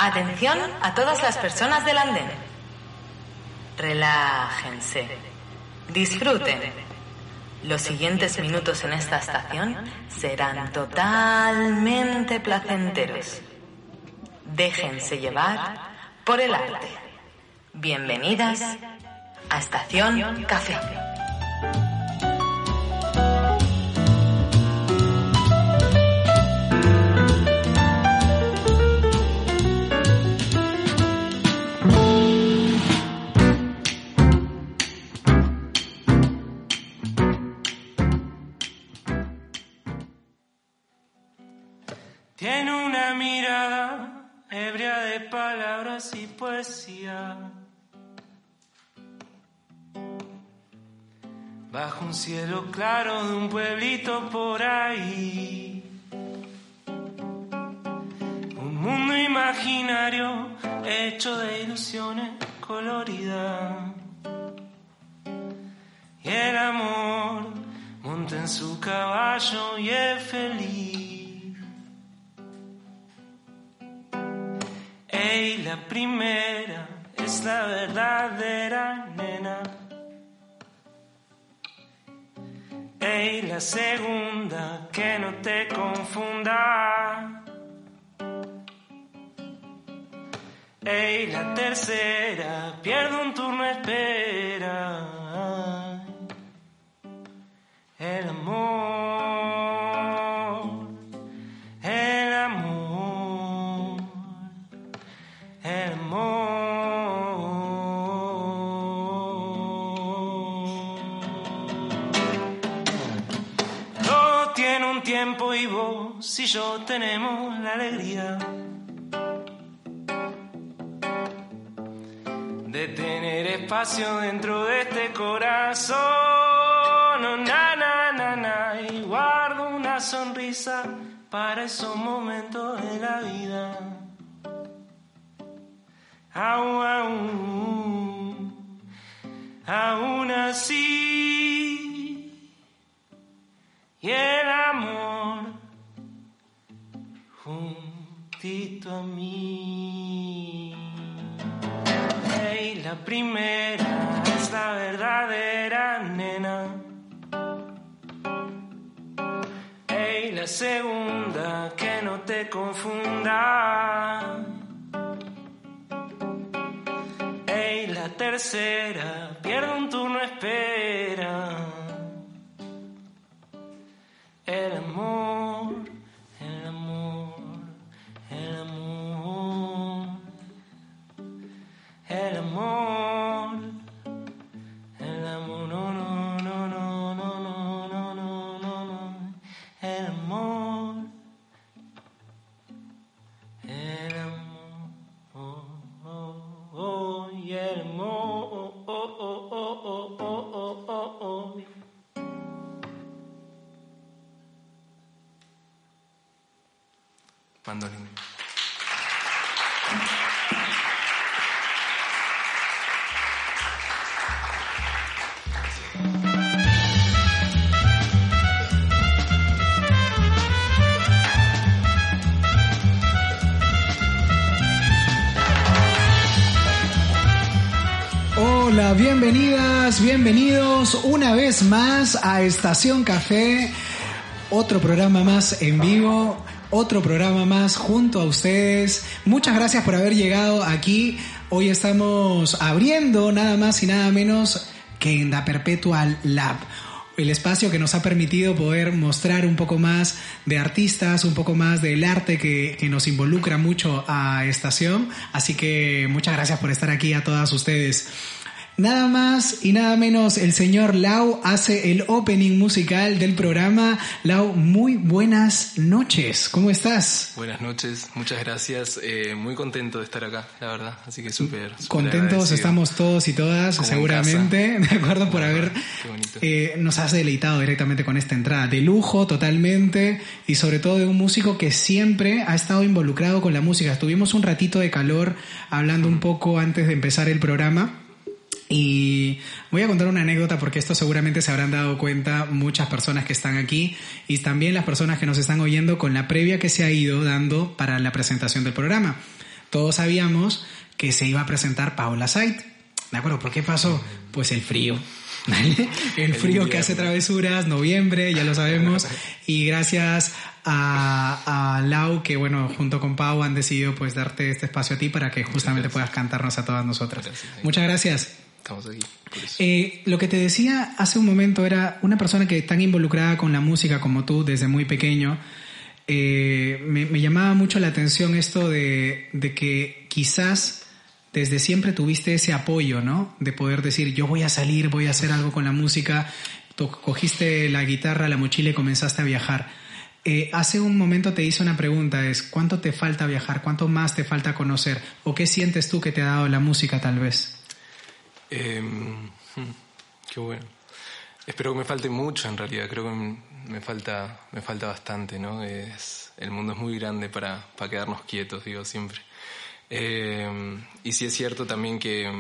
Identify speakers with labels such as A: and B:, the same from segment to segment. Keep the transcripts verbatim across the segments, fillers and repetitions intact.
A: Atención a todas las personas del andén. Relájense. Disfruten. Los siguientes minutos en esta estación serán totalmente placenteros. Déjense llevar por el arte. Bienvenidas a Estación Café.
B: Tiene una mirada ebria de palabras y poesía. Bajo un cielo claro de un pueblito por ahí. Un mundo imaginario hecho de ilusiones coloridas. Y el amor monta en su caballo y es feliz. Ey, la primera es la verdadera nena. Ey, la segunda, que no te confunda. Ey, la tercera, pierdo un turno, espera. El amor, el amor, el amor. Todo tiene un tiempo y vos y yo tenemos la alegría de tener espacio dentro de este corazón. Oh, na, na, na, na, y guardo una sonrisa para esos momentos de la vida. Aún, aún, aún así, y el amor juntito a mí. Hey, la primera es la verdadera nena. Hey, la segunda, que no te confunda. Ey, la tercera, pierdo un turno, espera. El amor, el amor, el amor, el amor, el amor, no, no, no, no, no, no, no, no, no, no, el amor, el amor, oh, oh, oh, y el amor, oh, oh, oh, oh, oh, oh, oh, oh. Mandolín.
C: Hola, bienvenidas, bienvenidos una vez más a Estación Café, otro programa más en vivo, otro programa más junto a ustedes. Muchas gracias por haber llegado aquí. Hoy estamos abriendo nada más y nada menos que en The Perpetual Lab, el espacio que nos ha permitido poder mostrar un poco más de artistas, un poco más del arte que, que nos involucra mucho a Estación. Así que muchas gracias por estar aquí a todas ustedes. Nada más y nada menos, el señor Lau hace el opening musical del programa. Lau, muy buenas noches. ¿Cómo estás?
D: Buenas noches, muchas gracias. Eh, muy contento de estar acá, la verdad. Así que súper, súper
C: contentos
D: agradecido.
C: Estamos todos y todas, como seguramente. De acuerdo, por haber...
D: Qué bonito.
C: Eh, nos has deleitado directamente con esta entrada. De lujo, totalmente. Y sobre todo de un músico que siempre ha estado involucrado con la música. Estuvimos un ratito de calor hablando un poco antes de empezar el programa. Y voy a contar una anécdota porque esto seguramente se habrán dado cuenta muchas personas que están aquí y también las personas que nos están oyendo con la previa que se ha ido dando para la presentación del programa. todos sabíamos que se iba a presentar Paola Sait. ¿De acuerdo? ¿Por qué pasó? Pues el frío. ¿Vale? El frío que hace travesuras, noviembre, ya lo sabemos. Y gracias a, a Lau, que bueno, junto con Pau han decidido pues darte este espacio a ti para que justamente puedas cantarnos a todas nosotras. Gracias. Muchas gracias.
D: Estamos aquí. Por eso.
C: Eh, lo que te decía hace un momento era una persona que tan involucrada con la música como tú desde muy pequeño. Eh, me, me llamaba mucho la atención esto de, de que quizás desde siempre tuviste ese apoyo, ¿no? De poder decir, yo voy a salir, voy a hacer algo con la música. Tú cogiste la guitarra, la mochila y comenzaste a viajar. Eh, hace un momento te hice una pregunta, es ¿cuánto te falta viajar? ¿Cuánto más te falta conocer? ¿O qué sientes tú que te ha dado la música tal vez?
D: Eh, qué bueno. Espero que me falte mucho en realidad, creo que me falta, me falta bastante, ¿no? Es, el mundo es muy grande para, para quedarnos quietos, digo siempre. Eh, y sí es cierto también que,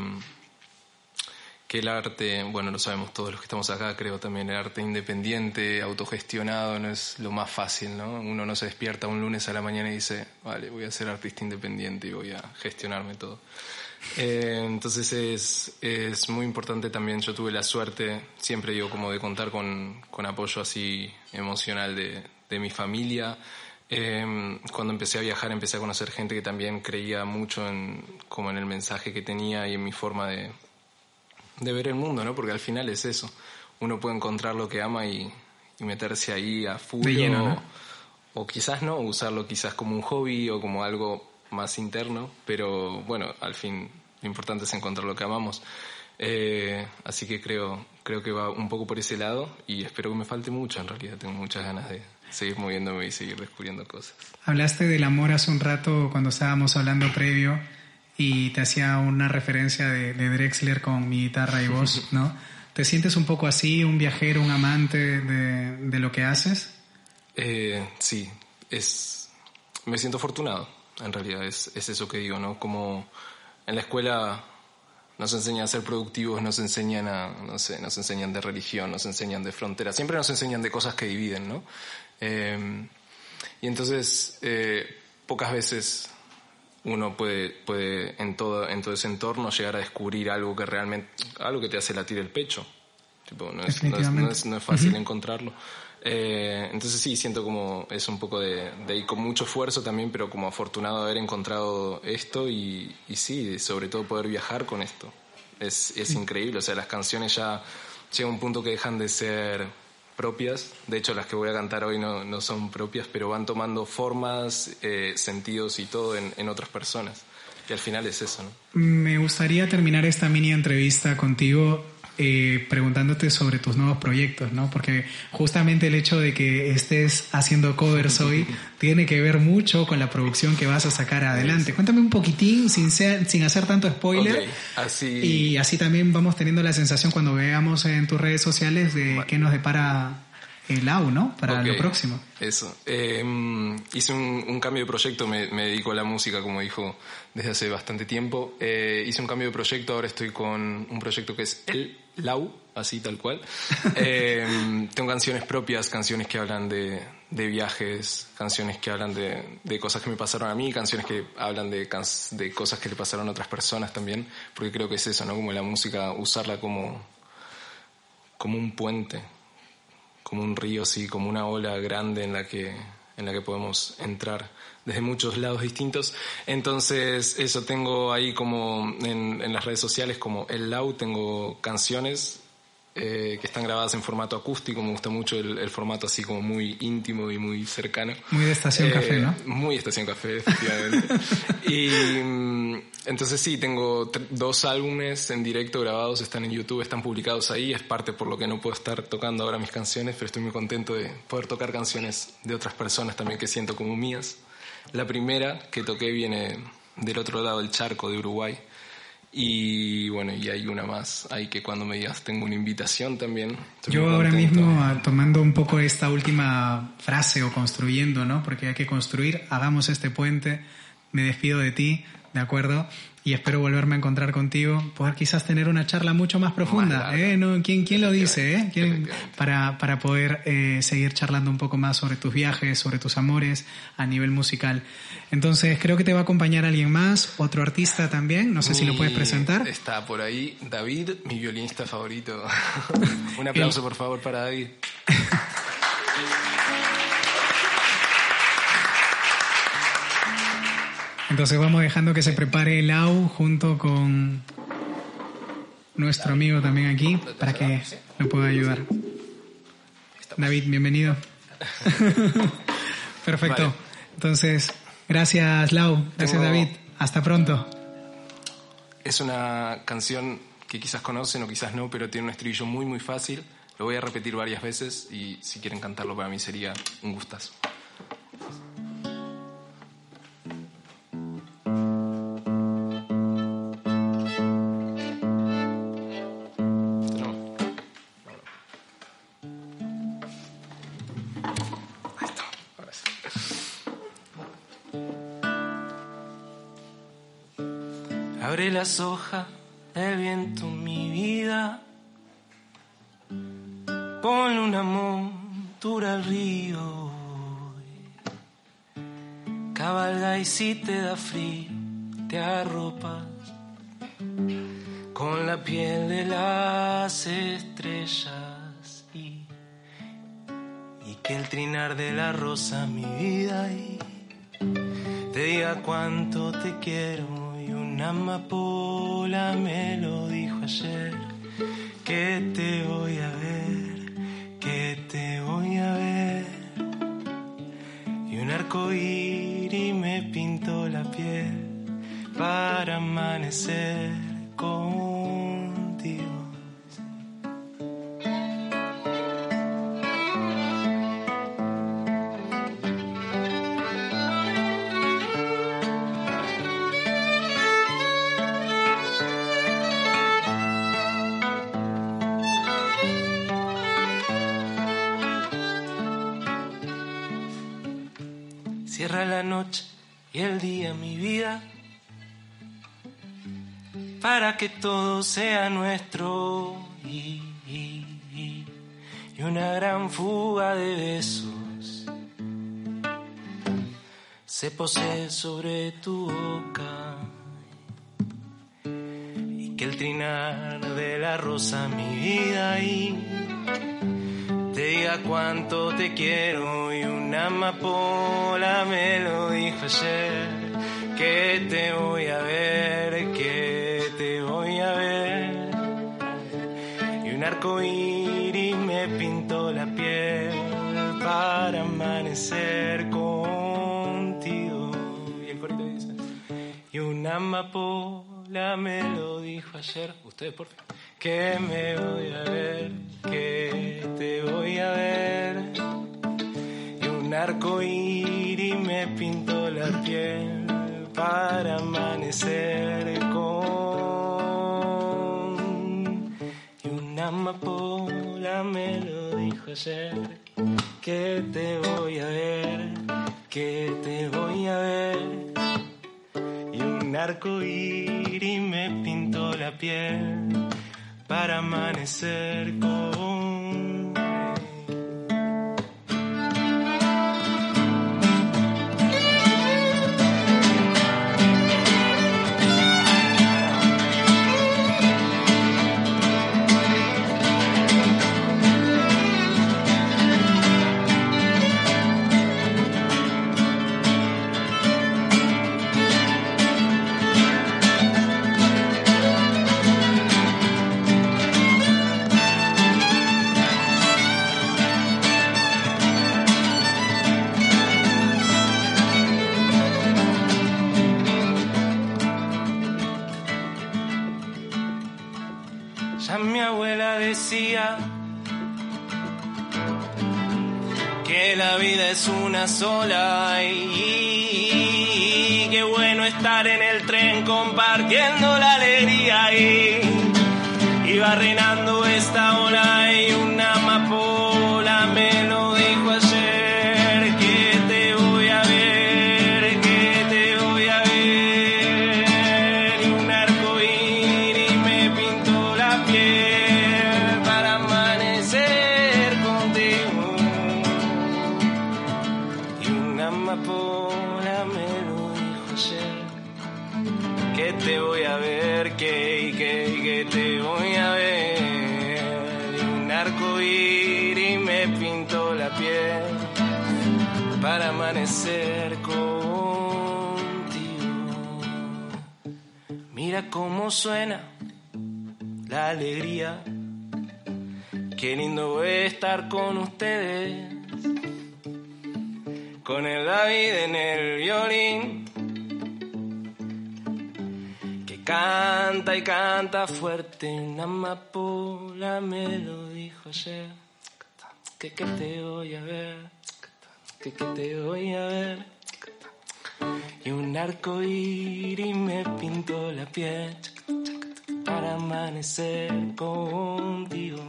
D: que el arte, bueno, lo sabemos todos los que estamos acá, creo también, el arte independiente, autogestionado, no es lo más fácil, ¿no? Uno no se despierta un lunes a la mañana y dice, vale, voy a ser artista independiente y voy a gestionarme todo. Eh, entonces es, es muy importante también, yo tuve la suerte, siempre digo, como de contar con, con apoyo así emocional de, de mi familia. Eh, cuando empecé a viajar empecé a conocer gente que también creía mucho en, como en el mensaje que tenía y en mi forma de, de ver el mundo, ¿no? Porque al final es eso, uno puede encontrar lo que ama y, y meterse ahí a full,
C: de lleno, ¿no?
D: o, o quizás no, usarlo quizás como un hobby o como algo más interno, pero bueno, al fin lo importante es encontrar lo que amamos. Eh, así que creo, creo que va un poco por ese lado y espero que me falte mucho, en realidad tengo muchas ganas de seguir moviéndome y seguir descubriendo cosas.
C: Hablaste del amor hace un rato cuando estábamos hablando previo y te hacía una referencia de, de Drexler con Mi guitarra y voz, ¿no? ¿Te sientes un poco así, un viajero, un amante de, de lo que haces?
D: Eh, sí, es, me siento afortunado, en realidad, es, es eso que digo, ¿no? Como en la escuela nos enseñan a ser productivos, nos enseñan a, no sé, nos enseñan de religión, nos enseñan de fronteras, siempre nos enseñan de cosas que dividen, ¿no? Eh, y entonces, eh, pocas veces uno puede, puede en todo, en todo ese entorno llegar a descubrir algo que realmente, algo que te hace latir el pecho. Tipo, no es, no es, no es, no es fácil uh-huh. encontrarlo. Eh, entonces sí, siento como es un poco de, de ir con mucho esfuerzo también, pero como afortunado de haber encontrado esto y, y sí, sobre todo poder viajar con esto. Es, es increíble, o sea, las canciones ya llegan a un punto que dejan de ser propias. De hecho, las que voy a cantar hoy no, no son propias, pero van tomando formas, eh, sentidos y todo en, en otras personas. Y al final es eso, ¿no?
C: Me gustaría terminar esta mini entrevista contigo Eh, preguntándote sobre tus nuevos proyectos, ¿no? Porque justamente el hecho de que estés haciendo covers hoy tiene que ver mucho con la producción que vas a sacar adelante. Cuéntame un poquitín, sin, ser, sin hacer tanto spoiler.
D: Okay, así...
C: Y así también vamos teniendo la sensación cuando veamos en tus redes sociales de vale. qué nos depara el Lau, ¿no? Para okay, lo próximo.
D: Eso. Eh, hice un, un cambio de proyecto, me, me dedico a la música, como dijo, desde hace bastante tiempo. Eh, hice un cambio de proyecto, ahora estoy con un proyecto que es El Lau, así tal cual. Eh, tengo canciones propias, canciones que hablan de, de viajes, canciones que hablan de, de cosas que me pasaron a mí, canciones que hablan de, de cosas que le pasaron a otras personas también, porque creo que es eso, ¿no? Como la música, usarla como, como un puente, como un río, sí, como una ola grande en la que, en la que podemos entrar desde muchos lados distintos. Entonces, eso, tengo ahí como en, en las redes sociales como El Lau, tengo canciones eh, que están grabadas en formato acústico, me gusta mucho el, el formato así como muy íntimo y muy cercano.
C: Muy de Estación eh, Café, ¿no?
D: Muy Estación Café, efectivamente. Y entonces sí, tengo t- dos álbumes en directo grabados, están en YouTube, están publicados ahí, es parte por lo que no puedo estar tocando ahora mis canciones, pero estoy muy contento de poder tocar canciones de otras personas también que siento como mías. La primera que toqué viene del otro lado del charco, de Uruguay. Y bueno, y hay una más ahí que cuando me digas tengo una invitación también.
C: Yo ahora mismo, tomando un poco esta última frase o construyendo, ¿no? Porque hay que construir, hagamos este puente. Me despido de ti, ¿de acuerdo? Y espero volverme a encontrar contigo, poder quizás tener una charla mucho más profunda, ¿eh? ¿No? ¿Quién, quién lo dice? ¿Eh? ¿Quién? Para, para poder eh, seguir charlando un poco más sobre tus viajes, sobre tus amores a nivel musical. Entonces, creo que te va a acompañar alguien más, otro artista también, no sé mi, si lo puedes presentar.
D: Está por ahí David, mi violinista favorito. Un aplauso, por favor, para David.
C: Entonces vamos dejando que se prepare Lau junto con nuestro amigo también aquí para que lo pueda ayudar. David, bienvenido. Perfecto. Vale. Entonces, gracias Lau, gracias Tengo... David. Hasta pronto.
D: Es una canción que quizás conocen o quizás no, pero tiene un estribillo muy muy fácil. Lo voy a repetir varias veces y si quieren cantarlo para mí sería un gustazo.
B: Abre las hojas del viento, mi vida. Ponle una montura al río. Cabalga y si te da frío, te arropas con la piel de las estrellas. Y, y que el trinar de la rosa, mi vida, y te diga cuánto te quiero. Una amapola me lo dijo ayer, que te voy a ver, que te voy a ver. Y un arcoíris me pintó la piel para amanecer contigo. Cierra la noche y el día, mi vida, para que todo sea nuestro. Y, y, y, y una gran fuga de besos se posee sobre tu boca. Y que el trinar de la rosa, mi vida, y te diga cuánto te quiero. Y una amapola me lo dijo ayer, que te voy a ver, que te voy a ver. Y un arcoíris me pintó la piel para amanecer contigo. Y el corito dice: y una amapola me lo dijo ayer. Ustedes, por favor. Que me voy a ver, que te voy a ver. Y un arcoíris me pintó la piel para amanecer con. Y una amapola me lo dijo ayer, que te voy a ver, que te voy a ver. Y un arcoíris me pintó la piel para amanecer con. Que la vida es una sola y qué bueno estar en el tren compartiendo la alegría y iba reinando esta ola y una amapola me lo dijo ayer, que te voy a ver, que te voy a ver. arco iris me pintó la piel para amanecer contigo. Mira cómo suena la alegría, qué lindo estar con ustedes, con el David en el violín, que canta y canta fuerte. Una amapola me lo dijo ayer, que que te voy a ver, que que te voy a ver. Y un arco iris me pintó la piel para amanecer contigo.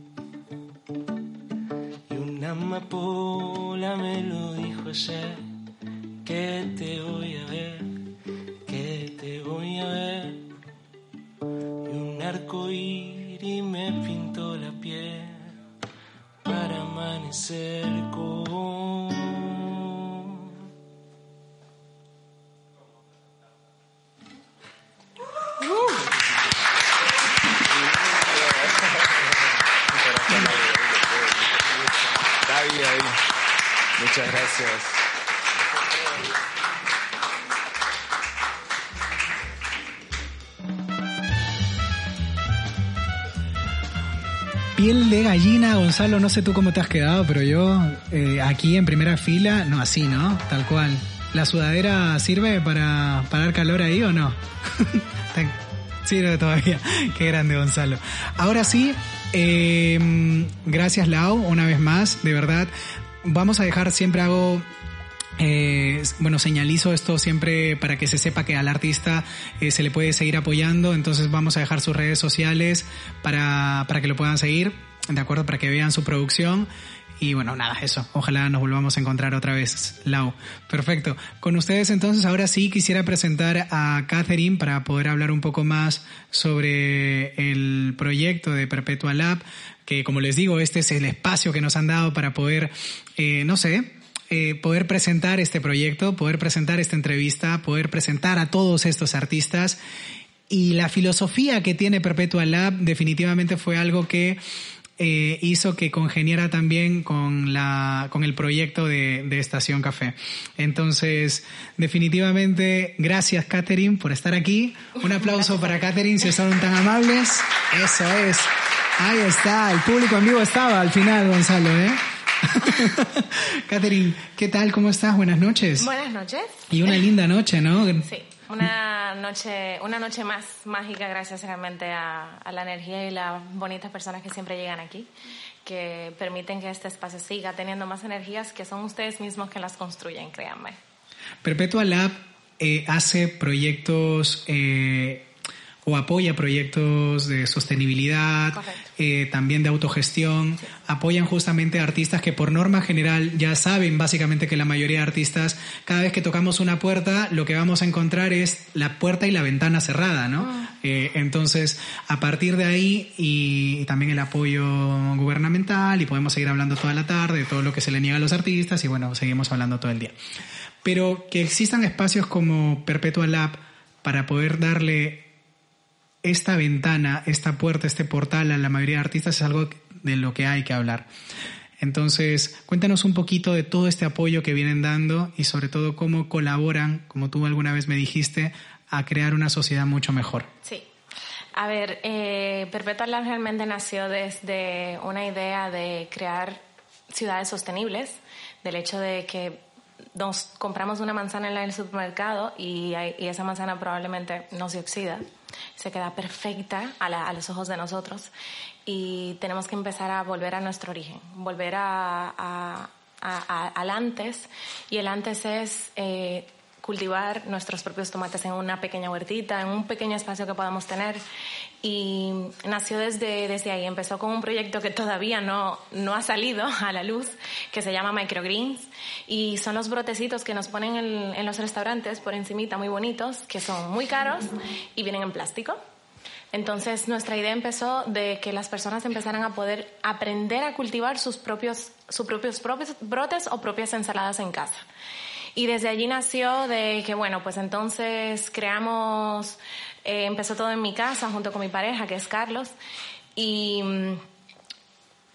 B: Y una amapola me lo dijo ayer, que te voy a ver, que te voy a ver. Y un arco iris me pintó la piel para amanecer con. David, David. Muchas gracias.
C: Piel de gallina, Gonzalo, no sé tú cómo te has quedado, pero yo eh, aquí en primera fila, no así, ¿no? Tal cual. ¿La sudadera sirve para, para dar calor ahí o no? Sirve todavía. Qué grande, Gonzalo. Ahora sí, eh, gracias, Lau, una vez más, de verdad. Vamos a dejar, siempre hago... Eh, bueno, señalizo esto siempre para que se sepa que al artista eh, se le puede seguir apoyando, entonces vamos a dejar sus redes sociales para, para que lo puedan seguir, de acuerdo, para que vean su producción. Y bueno, nada, eso, ojalá nos volvamos a encontrar otra vez, Lau. Perfecto, con ustedes entonces ahora sí quisiera presentar a Catherine para poder hablar un poco más sobre el proyecto de Perpetua Lab, que como les digo, este es el espacio que nos han dado para poder, eh, no sé, Eh, poder presentar este proyecto, poder presentar esta entrevista, poder presentar a todos estos artistas. Y la filosofía que tiene Perpetua Lab definitivamente fue algo que eh, hizo que congeniara también con la con el proyecto de, de Estación Café. Entonces, definitivamente, gracias, Catherine, por estar aquí. Un aplauso para Catherine, si son tan amables. Eso es. Ahí está, el público en vivo estaba al final, Gonzalo, ¿eh? Catherine, ¿qué tal? ¿Cómo estás? Buenas noches.
E: Buenas noches.
C: Y una linda noche, ¿no?
E: Sí, una noche, una noche más mágica gracias realmente a, a la energía y las bonitas personas que siempre llegan aquí, que permiten que este espacio siga teniendo más energías, que son ustedes mismos que las construyen, créanme.
C: Perpetua Lab eh, hace proyectos... Eh, o apoya proyectos de sostenibilidad, eh, también de autogestión. Sí. Apoyan justamente a artistas que por norma general ya saben básicamente que la mayoría de artistas, cada vez que tocamos una puerta, lo que vamos a encontrar es la puerta y la ventana cerrada, ¿no? Mm. Eh, entonces, a partir de ahí y, y también el apoyo gubernamental, y podemos seguir hablando toda la tarde de todo lo que se le niega a los artistas y bueno, seguimos hablando todo el día. Pero que existan espacios como Perpetua Lab para poder darle esta ventana, esta puerta, este portal a la mayoría de artistas es algo de lo que hay que hablar. Entonces, cuéntanos un poquito de todo este apoyo que vienen dando y sobre todo cómo colaboran, como tú alguna vez me dijiste, a crear una sociedad mucho mejor.
E: Sí. A ver, eh, Perpetua Lab realmente nació desde una idea de crear ciudades sostenibles, del hecho de que nos compramos una manzana en el supermercado y, y esa manzana probablemente no se oxida, se queda perfecta a, la, a los ojos de nosotros y tenemos que empezar a volver a nuestro origen, volver a, a, a, a, al antes, y el antes es eh, cultivar nuestros propios tomates en una pequeña huertita, en un pequeño espacio que podamos tener. Y nació desde, desde ahí. Empezó con un proyecto que todavía no, no ha salido a la luz, que se llama Microgreens, y son los brotecitos que nos ponen en, en los restaurantes por encimita, muy bonitos, que son muy caros y vienen en plástico. Entonces nuestra idea empezó de que las personas empezaran a poder aprender a cultivar sus propios, sus propios, propios brotes o propias ensaladas en casa. Y desde allí nació de que, bueno, pues entonces creamos, eh, empezó todo en mi casa junto con mi pareja, que es Carlos, y,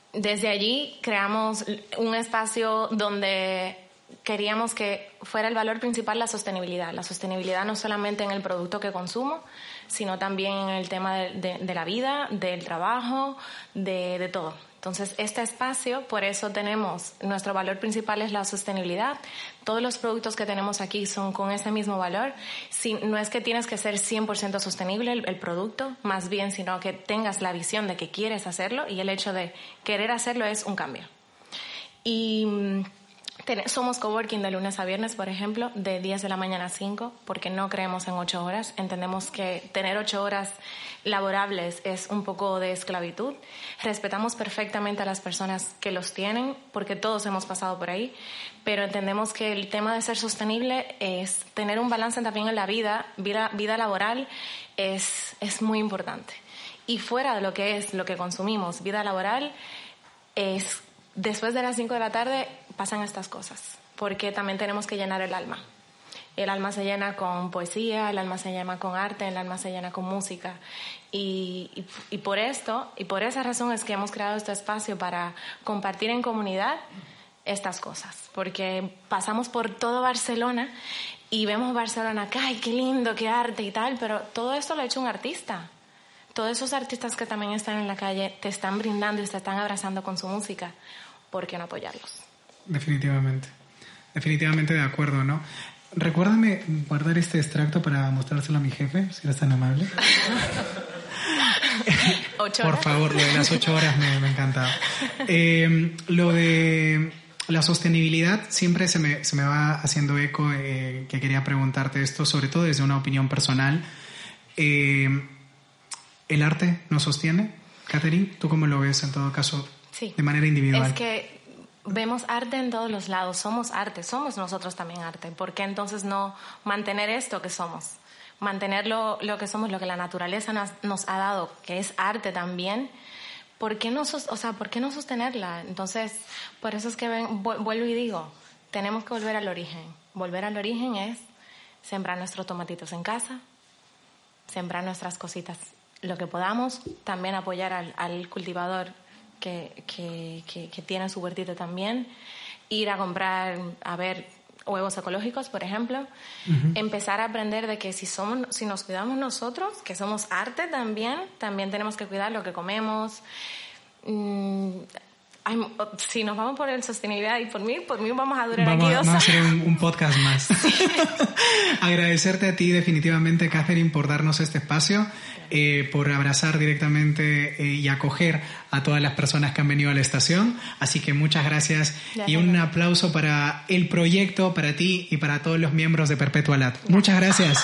E: desde allí creamos un espacio donde queríamos que fuera el valor principal la sostenibilidad. La sostenibilidad no solamente en el producto que consumo, sino también en el tema de, de, de la vida, del trabajo, de, de todo. Entonces, este espacio, por eso tenemos, nuestro valor principal es la sostenibilidad. Todos los productos que tenemos aquí son con ese mismo valor. Si, no es que tienes que ser cien por ciento sostenible el, el producto, más bien, sino que tengas la visión de que quieres hacerlo, y el hecho de querer hacerlo es un cambio. Y somos coworking de lunes a viernes, por ejemplo, de diez de la mañana a cinco, porque no creemos en ocho horas. Entendemos que tener ocho horas laborables es un poco de esclavitud. Respetamos perfectamente a las personas que los tienen, porque todos hemos pasado por ahí, pero entendemos que el tema de ser sostenible es tener un balance también en la vida, vida, vida laboral es, es muy importante. Y fuera de lo que es lo que consumimos, vida laboral, es después de las cinco de la tarde pasan estas cosas, porque también tenemos que llenar el alma. El alma se llena con poesía, el alma se llena con arte, el alma se llena con música. Y, y, y por esto, y por esa razón es que hemos creado este espacio para compartir en comunidad estas cosas. Porque pasamos por todo Barcelona y vemos Barcelona, ¡ay, qué lindo, qué arte y tal! Pero todo esto lo ha hecho un artista. Todos esos artistas que también están en la calle te están brindando y te están abrazando con su música. ¿Por qué no apoyarlos?
C: Definitivamente. Definitivamente de acuerdo, ¿no? Recuérdame guardar este extracto para mostrárselo a mi jefe, si eres tan amable.
E: ¿Ocho
C: Por
E: horas?
C: favor, lo de las ocho horas me, me encantaba. Eh, lo de la sostenibilidad siempre se me, se me va haciendo eco, eh, que quería preguntarte esto, sobre todo desde una opinión personal. Eh, ¿El arte nos sostiene? Catherine, ¿tú cómo lo ves en todo caso?
E: Sí.
C: De manera individual.
E: Es que vemos arte en todos los lados, somos arte, somos nosotros también arte. ¿Por qué entonces no mantener esto que somos? Mantener lo, lo que somos, lo que la naturaleza nos, nos ha dado, que es arte también. ¿Por qué no, o sea, ¿por qué no sostenerla? Entonces, por eso es que ven, vuelvo y digo, tenemos que volver al origen. Volver al origen es sembrar nuestros tomatitos en casa, sembrar nuestras cositas, lo que podamos, también apoyar al, al cultivador que, que, que, que tiene su huertito también, ir a comprar, a ver, huevos ecológicos, por ejemplo, uh-huh. Empezar a aprender de que si somos, si nos cuidamos nosotros, que somos arte también, también tenemos que cuidar lo que comemos. Mm, hay, si nos vamos por el sostenibilidad y por mí, por mí vamos a durar
C: vamos,
E: aquí dos
C: Vamos a hacer un, un podcast más. Agradecerte a ti definitivamente, Catherine, por darnos este espacio, eh, por abrazar directamente eh, y acoger a todas las personas que han venido a la estación. Así que muchas gracias, gracias. Y un aplauso para el proyecto, para ti y para todos los miembros de Perpetua Lab. Gracias. Muchas gracias.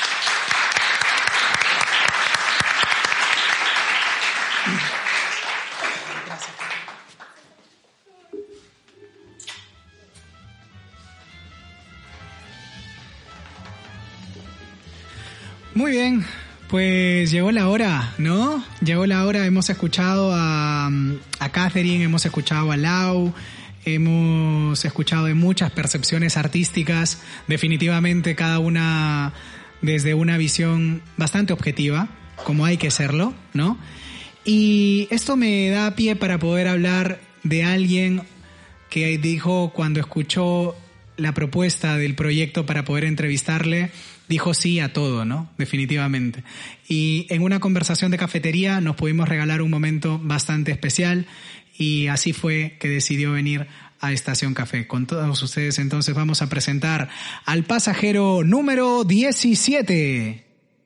C: Muy bien, pues llegó la hora, ¿no? Llegó la hora, hemos escuchado a, a Catherine, hemos escuchado a Lau, hemos escuchado de muchas percepciones artísticas, definitivamente cada una desde una visión bastante objetiva, como hay que serlo, ¿no? Y esto me da pie para poder hablar de alguien que dijo cuando escuchó la propuesta del proyecto para poder entrevistarle, dijo sí a todo, ¿no? Definitivamente. Y en una conversación de cafetería nos pudimos regalar un momento bastante especial y así fue que decidió venir a Estación Café. Con todos ustedes entonces vamos a presentar al pasajero número diecisiete.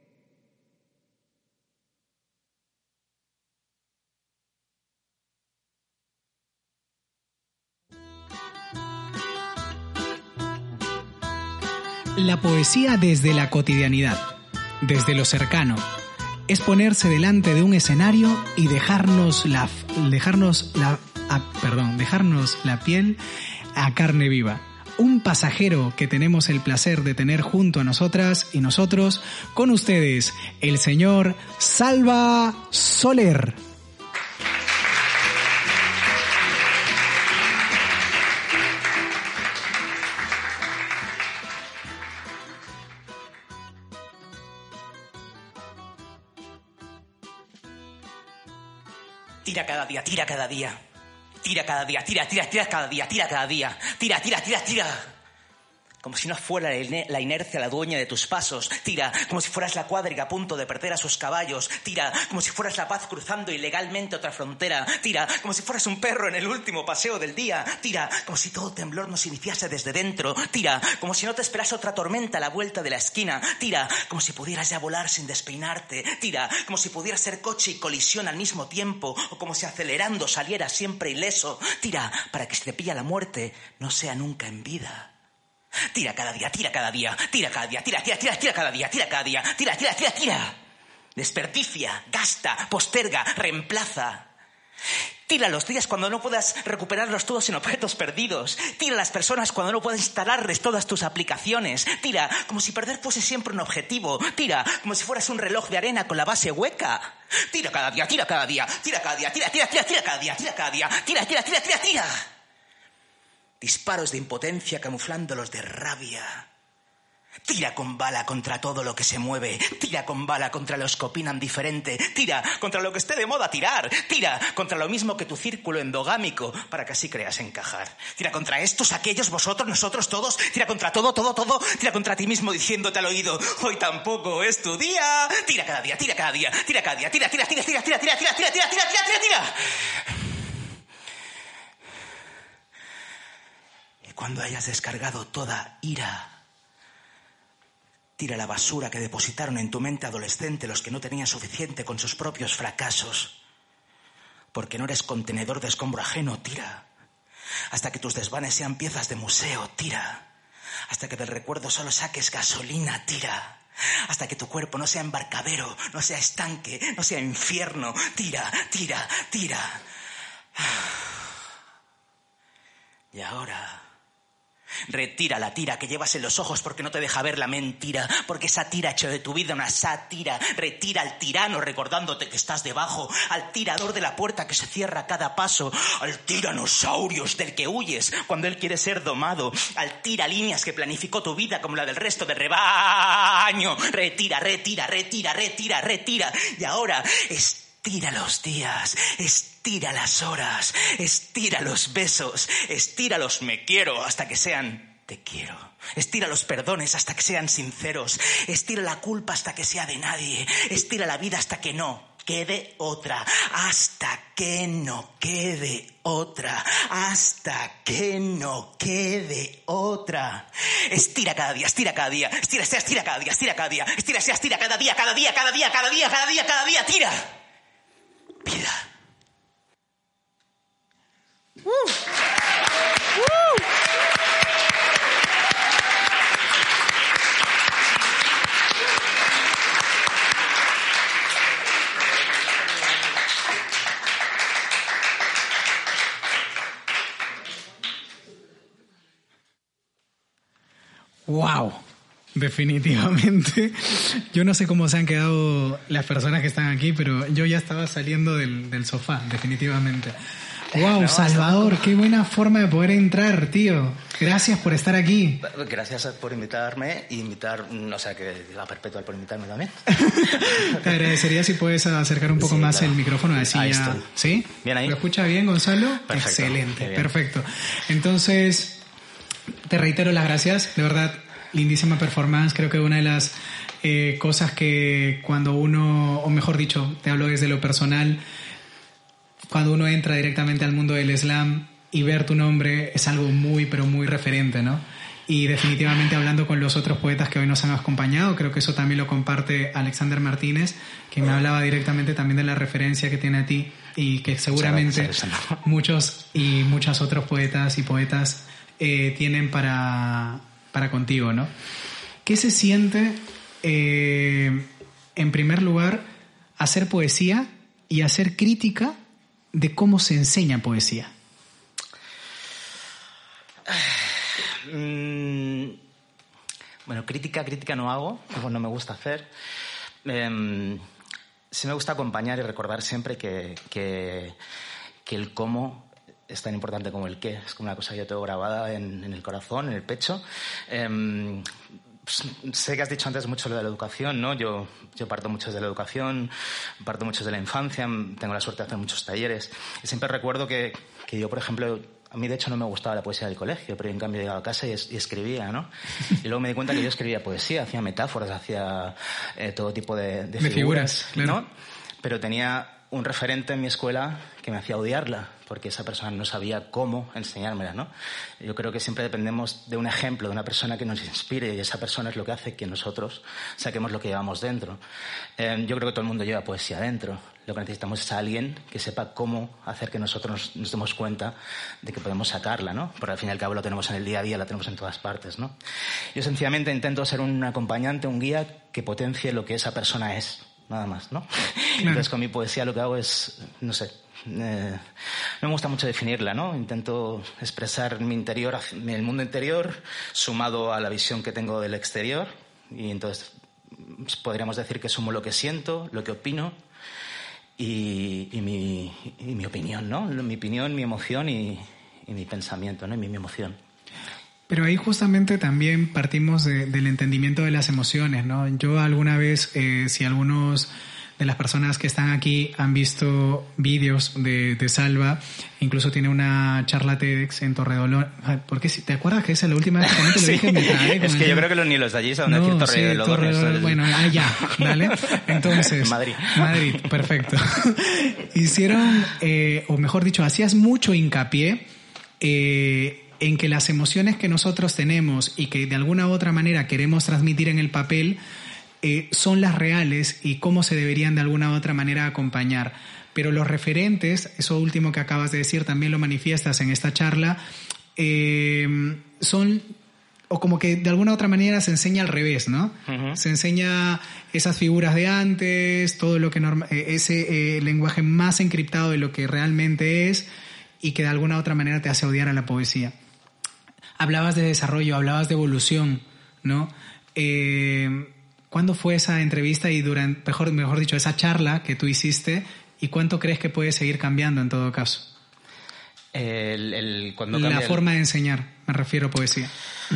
C: La poesía desde la cotidianidad, desde lo cercano, es ponerse delante de un escenario y dejarnos la, dejarnos la, ah, perdón, dejarnos la piel a carne viva. Un pasajero que tenemos el placer de tener junto a nosotras y nosotros, con ustedes, el señor Salva Soler.
F: Tira cada día, tira cada día. Tira cada día, tira, tira, tira cada día, tira cada día. Tira, tira, tira, tira. Como si no fuera la inercia la dueña de tus pasos. Tira, como si fueras la cuadriga a punto de perder a sus caballos. Tira, como si fueras la paz cruzando ilegalmente otra frontera. Tira, como si fueras un perro en el último paseo del día. Tira, como si todo temblor nos iniciase desde dentro. Tira, como si no te esperase otra tormenta a la vuelta de la esquina. Tira, como si pudieras ya volar sin despeinarte. Tira, como si pudieras ser coche y colisión al mismo tiempo. O como si acelerando salieras siempre ileso. Tira, para que si te pilla la muerte no sea nunca en vida. Tira cada día, tira cada día, tira cada día, tira, tira, tira, tira cada día, tira cada día, tira, tira, tira, tira. Desperdicia, gasta, posterga, reemplaza. Tira los días cuando no puedas recuperarlos todos en objetos perdidos. Tira las personas cuando no puedas instalarles todas tus aplicaciones. Tira como si perder fuese siempre un objetivo. Tira como si fueras un reloj de arena con la base hueca. Tira cada día, tira cada día, tira cada día, tira, tira, tira, tira cada día, tira cada día, tira, tira, tira, tira, tira. Disparos de impotencia camuflándolos de rabia. Tira con bala contra todo lo que se mueve. Tira con bala contra los que opinan diferente. Tira contra lo que esté de moda tirar. Tira contra lo mismo que tu círculo endogámico, para que así creas encajar. Tira contra estos, aquellos, vosotros, nosotros, todos. Tira contra todo, todo, todo. Tira contra ti mismo diciéndote al oído: hoy tampoco es tu día. Tira cada día, tira cada día, tira cada día, tira, tira, tira, tira, tira, tira, tira, tira, tira, tira, tira, tira, tira. Cuando hayas descargado toda ira, tira la basura que depositaron en tu mente adolescente los que no tenían suficiente con sus propios fracasos. Porque no eres contenedor de escombro ajeno, tira. Hasta que tus desvanes sean piezas de museo, tira. Hasta que del recuerdo solo saques gasolina, tira. Hasta que tu cuerpo no sea embarcadero, no sea estanque, no sea infierno, tira, tira, tira. Y ahora... retira la tira que llevas en los ojos porque no te deja ver la mentira, porque esa tira ha hecho de tu vida una sátira. Retira al tirano recordándote que estás debajo, al tirador de la puerta que se cierra a cada paso, al tiranosaurios del que huyes cuando él quiere ser domado, al tira líneas que planificó tu vida como la del resto del rebaño. Retira, retira, retira, retira, retira. Y ahora es... estira los días, estira las horas, estira los besos, estira los me quiero hasta que sean te quiero. Estira los perdones hasta que sean sinceros, estira la culpa hasta que sea de nadie, estira la vida hasta que no quede otra, hasta que no quede otra, hasta que no quede otra. Estira cada día, estira cada día, estira, estira, estira cada día, estira cada día, estira, estira, estira cada día, cada día, cada día, cada día, cada día, cada día, tira. Vida. Uh. Uh.
C: Wow. Definitivamente. Yo no sé cómo se han quedado las personas que están aquí, pero yo ya estaba saliendo del, del sofá, definitivamente. Wow, Salvador, qué buena forma de poder entrar, tío. Gracias por estar aquí.
F: Gracias por invitarme y invitar, o sea, que la Perpetual por invitarme también.
C: Te agradecería si puedes acercar un poco sí, más claro. el micrófono. Así ahí ya... estoy. ¿Sí?
F: ¿Bien ahí?
C: ¿Lo escucha bien, Gonzalo?
F: Perfecto.
C: Excelente, perfecto. Entonces, te reitero las gracias, de verdad. Lindísima performance. Creo que una de las eh, cosas que cuando uno, o mejor dicho, te hablo desde lo personal, cuando uno entra directamente al mundo del slam y ver tu nombre es algo muy, pero muy referente, ¿no? Y definitivamente hablando con los otros poetas que hoy nos han acompañado, creo que eso también lo comparte Alexander Martínez, que me hablaba directamente también de la referencia que tiene a ti y que seguramente muchos y muchas otros poetas y poetas eh, tienen para... para contigo, ¿no? ¿Qué se siente, eh, en primer lugar, hacer poesía y hacer crítica de cómo se enseña poesía?
F: Mm, bueno, crítica, crítica no hago, como no me gusta hacer. Eh, sí me gusta acompañar y recordar siempre que, que, que el cómo es tan importante como el qué. Es como una cosa que yo tengo grabada en, en el corazón, en el pecho. Eh, pues, sé que has dicho antes mucho lo de la educación, ¿no? Yo, yo parto mucho de la educación, parto mucho de la infancia, tengo la suerte de hacer muchos talleres. Y siempre recuerdo que, que yo, por ejemplo, a mí de hecho no me gustaba la poesía del colegio, pero en cambio llegaba a casa y, es, y escribía, ¿no? Y luego me di cuenta que yo escribía poesía, hacía metáforas, hacía eh, todo tipo de, de,
C: de
F: figuras,
C: figuras, claro.
F: ¿no? Pero tenía un referente en mi escuela que me hacía odiarla, porque esa persona no sabía cómo enseñármela, ¿no? Yo creo que siempre dependemos de un ejemplo, de una persona que nos inspire, y esa persona es lo que hace que nosotros saquemos lo que llevamos dentro. Eh, yo creo que todo el mundo lleva poesía dentro. Lo que necesitamos es alguien que sepa cómo hacer que nosotros nos, nos demos cuenta de que podemos sacarla, ¿no? Porque al fin y al cabo lo tenemos en el día a día, la tenemos en todas partes, ¿no? Yo sencillamente intento ser un acompañante, un guía que potencie lo que esa persona es. Nada más, ¿no? Claro. Entonces con mi poesía lo que hago es, no sé, eh, no me gusta mucho definirla, ¿no? Intento expresar mi interior, el mundo interior, sumado a la visión que tengo del exterior, y entonces podríamos decir que sumo lo que siento, lo que opino y, y, mi, y mi opinión, ¿no? Mi opinión, mi emoción y, y mi pensamiento, ¿no? Y mi, mi emoción.
C: Pero ahí justamente también partimos de, del entendimiento de las emociones, ¿no? Yo alguna vez, eh, si algunos de las personas que están aquí han visto vídeos de, de Salva, incluso tiene una charla TEDx en Torredolón. ¿Por qué? ¿Te acuerdas que esa es la última vez que te lo
F: sí,
C: dije? Me trae,
F: es que yo creo que los, ni los de allí saben
C: no,
F: decir Torredolón.
C: Sí, Torredolón. Bueno, ah, ya, ¿vale? Entonces...
F: Madrid.
C: Madrid, perfecto. Hicieron, eh, o mejor dicho, hacías mucho hincapié eh, en que las emociones que nosotros tenemos y que de alguna u otra manera queremos transmitir en el papel eh, son las reales y cómo se deberían de alguna u otra manera acompañar. Pero los referentes, eso último que acabas de decir, también lo manifiestas en esta charla, eh, son, o como que de alguna u otra manera se enseña al revés, ¿no? Uh-huh. Se enseña esas figuras de antes, todo lo que norma, ese eh, lenguaje más encriptado de lo que realmente es y que de alguna u otra manera te hace odiar a la poesía. Hablabas de desarrollo, hablabas de evolución, ¿no? Eh, ¿Cuándo fue esa entrevista y durante, mejor, mejor dicho, esa charla que tú hiciste y cuánto crees que puede seguir cambiando en todo caso?
F: El, el, cuando
C: La
F: cambia
C: forma
F: el...
C: de enseñar, me refiero a poesía.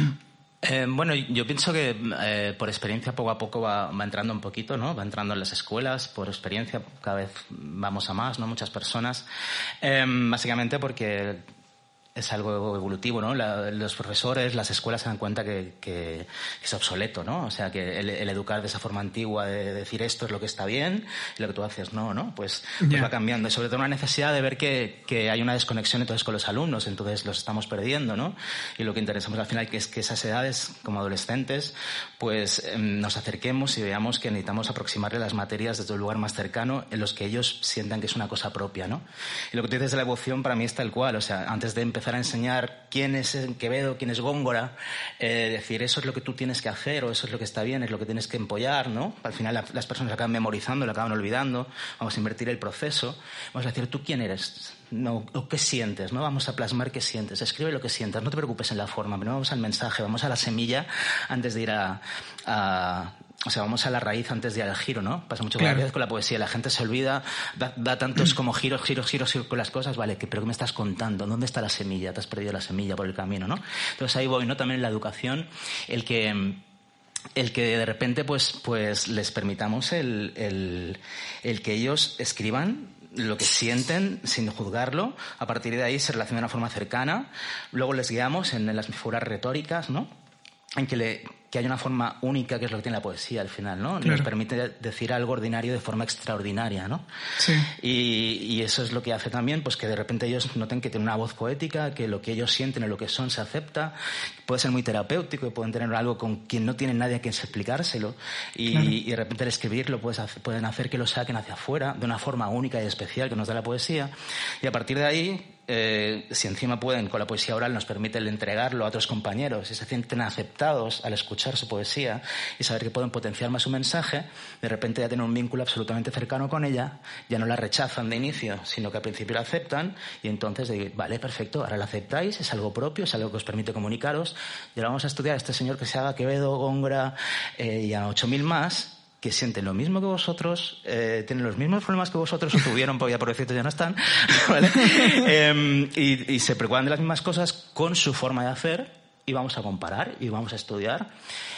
F: Eh, bueno, yo pienso que eh, por experiencia poco a poco va, va entrando un poquito, ¿no? Va entrando en las escuelas, por experiencia cada vez vamos a más, ¿no? Muchas personas. Eh, básicamente porque es algo evolutivo, ¿no? La, los profesores, las escuelas se dan cuenta que, que es obsoleto, ¿no? O sea, que el, el educar de esa forma antigua de decir esto es lo que está bien y lo que tú haces no, ¿no? Pues, pues yeah. va cambiando. Y sobre todo una necesidad de ver que, que hay una desconexión entonces con los alumnos, entonces los estamos perdiendo, ¿no? Y lo que interesamos al final que es que esas edades, como adolescentes, pues eh, nos acerquemos y veamos que necesitamos aproximarle las materias desde un lugar más cercano en los que ellos sientan que es una cosa propia, ¿no? Y lo que tú dices de la evolución para mí es tal cual, o sea, antes de empezar a enseñar quién es Quevedo, quién es Góngora, eh, decir eso es lo que tú tienes que hacer o eso es lo que está bien, es lo que tienes que empollar, ¿no? Al final la, las personas acaban memorizando, lo acaban olvidando, vamos a invertir el proceso, vamos a decir tú quién eres, no, o qué sientes, ¿no? Vamos a plasmar qué sientes, escribe lo que sientas, no te preocupes en la forma, pero vamos al mensaje, vamos a la semilla antes de ir a... a O sea, vamos a la raíz antes de ir al giro, ¿no? Pasa mucho claro. con la poesía. La gente se olvida, da, da tantos como giros, giros, giros, giros con las cosas. Vale, ¿pero qué me estás contando? ¿Dónde está la semilla? Te has perdido la semilla por el camino, ¿no? Entonces ahí voy, ¿no? También en la educación, el que... el que de repente pues, pues les permitamos el, el, el que ellos escriban lo que sienten sin juzgarlo. A partir de ahí se relaciona de una forma cercana. Luego les guiamos en, en las figuras retóricas, ¿no? En que le... que hay una forma única que es lo que tiene la poesía al final, ¿no? Claro. Nos permite decir algo ordinario de forma extraordinaria, ¿no?
C: Sí.
F: Y, y eso es lo que hace también, pues que de repente ellos noten que tienen una voz poética, que lo que ellos sienten o lo que son se acepta, puede ser muy terapéutico y pueden tener algo con quien no tienen nadie a quien explicárselo y, claro. y de repente al escribirlo puedes hacer, pueden hacer que lo saquen hacia afuera de una forma única y especial que nos da la poesía y a partir de ahí Eh, si encima pueden, con la poesía oral nos permite el entregarlo a otros compañeros y se sienten aceptados al escuchar su poesía y saber que pueden potenciar más su mensaje, de repente ya tienen un vínculo absolutamente cercano con ella, ya no la rechazan de inicio, sino que al principio la aceptan y entonces de, vale, perfecto, ahora la aceptáis, es algo propio, es algo que os permite comunicaros y ahora vamos a estudiar a este señor que se haga Quevedo, Góngora eh, y a ocho mil más que sienten lo mismo que vosotros, eh, tienen los mismos problemas que vosotros, o tuvieron, porque ya por cierto ya no están, ¿vale? eh, y, y se preocupan de las mismas cosas con su forma de hacer y vamos a comparar y vamos a estudiar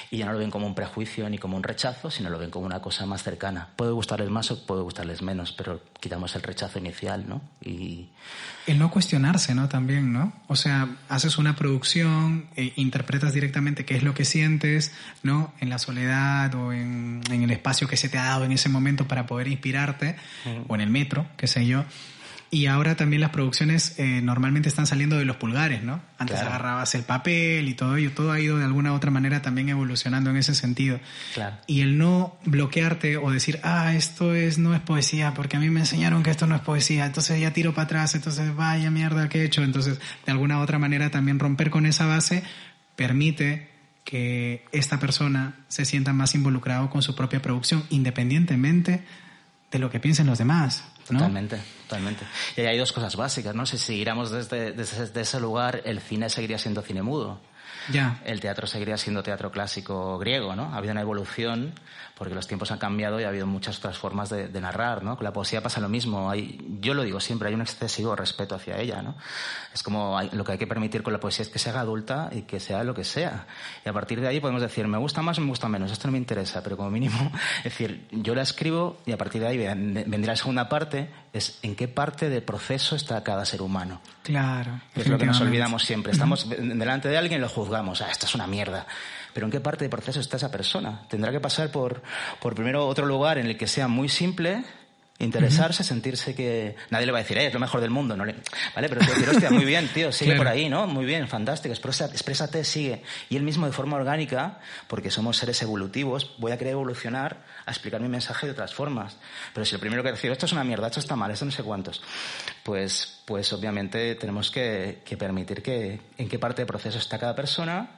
F: y ya no lo ven como un prejuicio ni como un rechazo, sino lo ven como una cosa más cercana. Puede gustarles más o puede gustarles menos, pero quitamos el rechazo inicial, ¿no? Y
C: el no cuestionarse, ¿no? También, ¿no? O sea, haces una producción, eh, interpretas directamente qué es lo que sientes, ¿no? En la soledad o en, en el espacio que se te ha dado en ese momento para poder inspirarte, uh-huh. o en el metro, qué sé yo. Y ahora también las producciones eh, normalmente están saliendo de los pulgares, ¿no? Antes claro. agarrabas el papel y todo ello. Todo ha ido de alguna u otra manera también evolucionando en ese sentido.
F: Claro.
C: Y el no bloquearte o decir, ah, esto es no es poesía, porque a mí me enseñaron que esto no es poesía, entonces ya tiro para atrás, entonces vaya mierda que he hecho. Entonces, de alguna u otra manera también romper con esa base permite que esta persona se sienta más involucrado con su propia producción, independientemente de lo que piensen los demás, ¿no?
F: Totalmente, totalmente. Y hay dos cosas básicas, ¿no? Si siguiéramos desde, desde, desde ese lugar, el cine seguiría siendo cine mudo.
C: Ya.
F: El teatro seguiría siendo teatro clásico griego, ¿no? Ha habido una evolución porque los tiempos han cambiado y ha habido muchas otras formas de, de narrar, ¿no? Con la poesía pasa lo mismo. Hay, yo lo digo siempre, hay un excesivo respeto hacia ella, ¿no? Es como hay, lo que hay que permitir con la poesía es que se haga adulta y que sea lo que sea. Y a partir de ahí podemos decir, me gusta más o me gusta menos, esto no me interesa, pero como mínimo, es decir, yo la escribo y a partir de ahí vendrá la segunda parte, es en qué parte del proceso está cada ser humano.
C: Claro.
F: Es lo que nos olvidamos siempre. Estamos delante de alguien y lo juzgamos. Ah, esto es una mierda. Pero ¿en qué parte del proceso está esa persona? Tendrá que pasar por, por primero otro lugar en el que sea muy simple, interesarse, uh-huh. sentirse que nadie le va a decir, eh, es lo mejor del mundo. No le... Vale, pero decir, hostia, muy bien, tío, sigue claro. por ahí, ¿no? Muy bien, fantástico, exprésate, exprésate, sigue. Y él mismo de forma orgánica, porque somos seres evolutivos, voy a querer evolucionar a explicar mi mensaje de otras formas. Pero si lo primero que decir, esto es una mierda, esto está mal, esto no sé cuántos, pues, pues obviamente tenemos que, que permitir que en qué parte del proceso está cada persona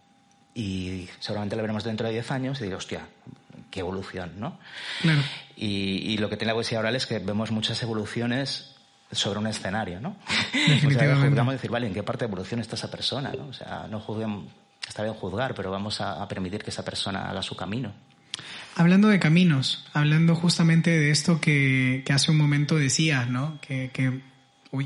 F: y seguramente lo veremos dentro de diez años y digo, hostia, qué evolución, ¿no?
C: Claro.
F: Y, y lo que tiene la poesía oral es que vemos muchas evoluciones sobre un escenario, ¿no?
C: Definitivamente.
F: O sea, juzgamos decir, vale, ¿en qué parte de evolución está esa persona, ¿no? O sea, no juzguemos, está bien juzgar, pero vamos a, a permitir que esa persona haga su camino.
C: Hablando de caminos, hablando justamente de esto que, que hace un momento decías, ¿no? Que, que uy.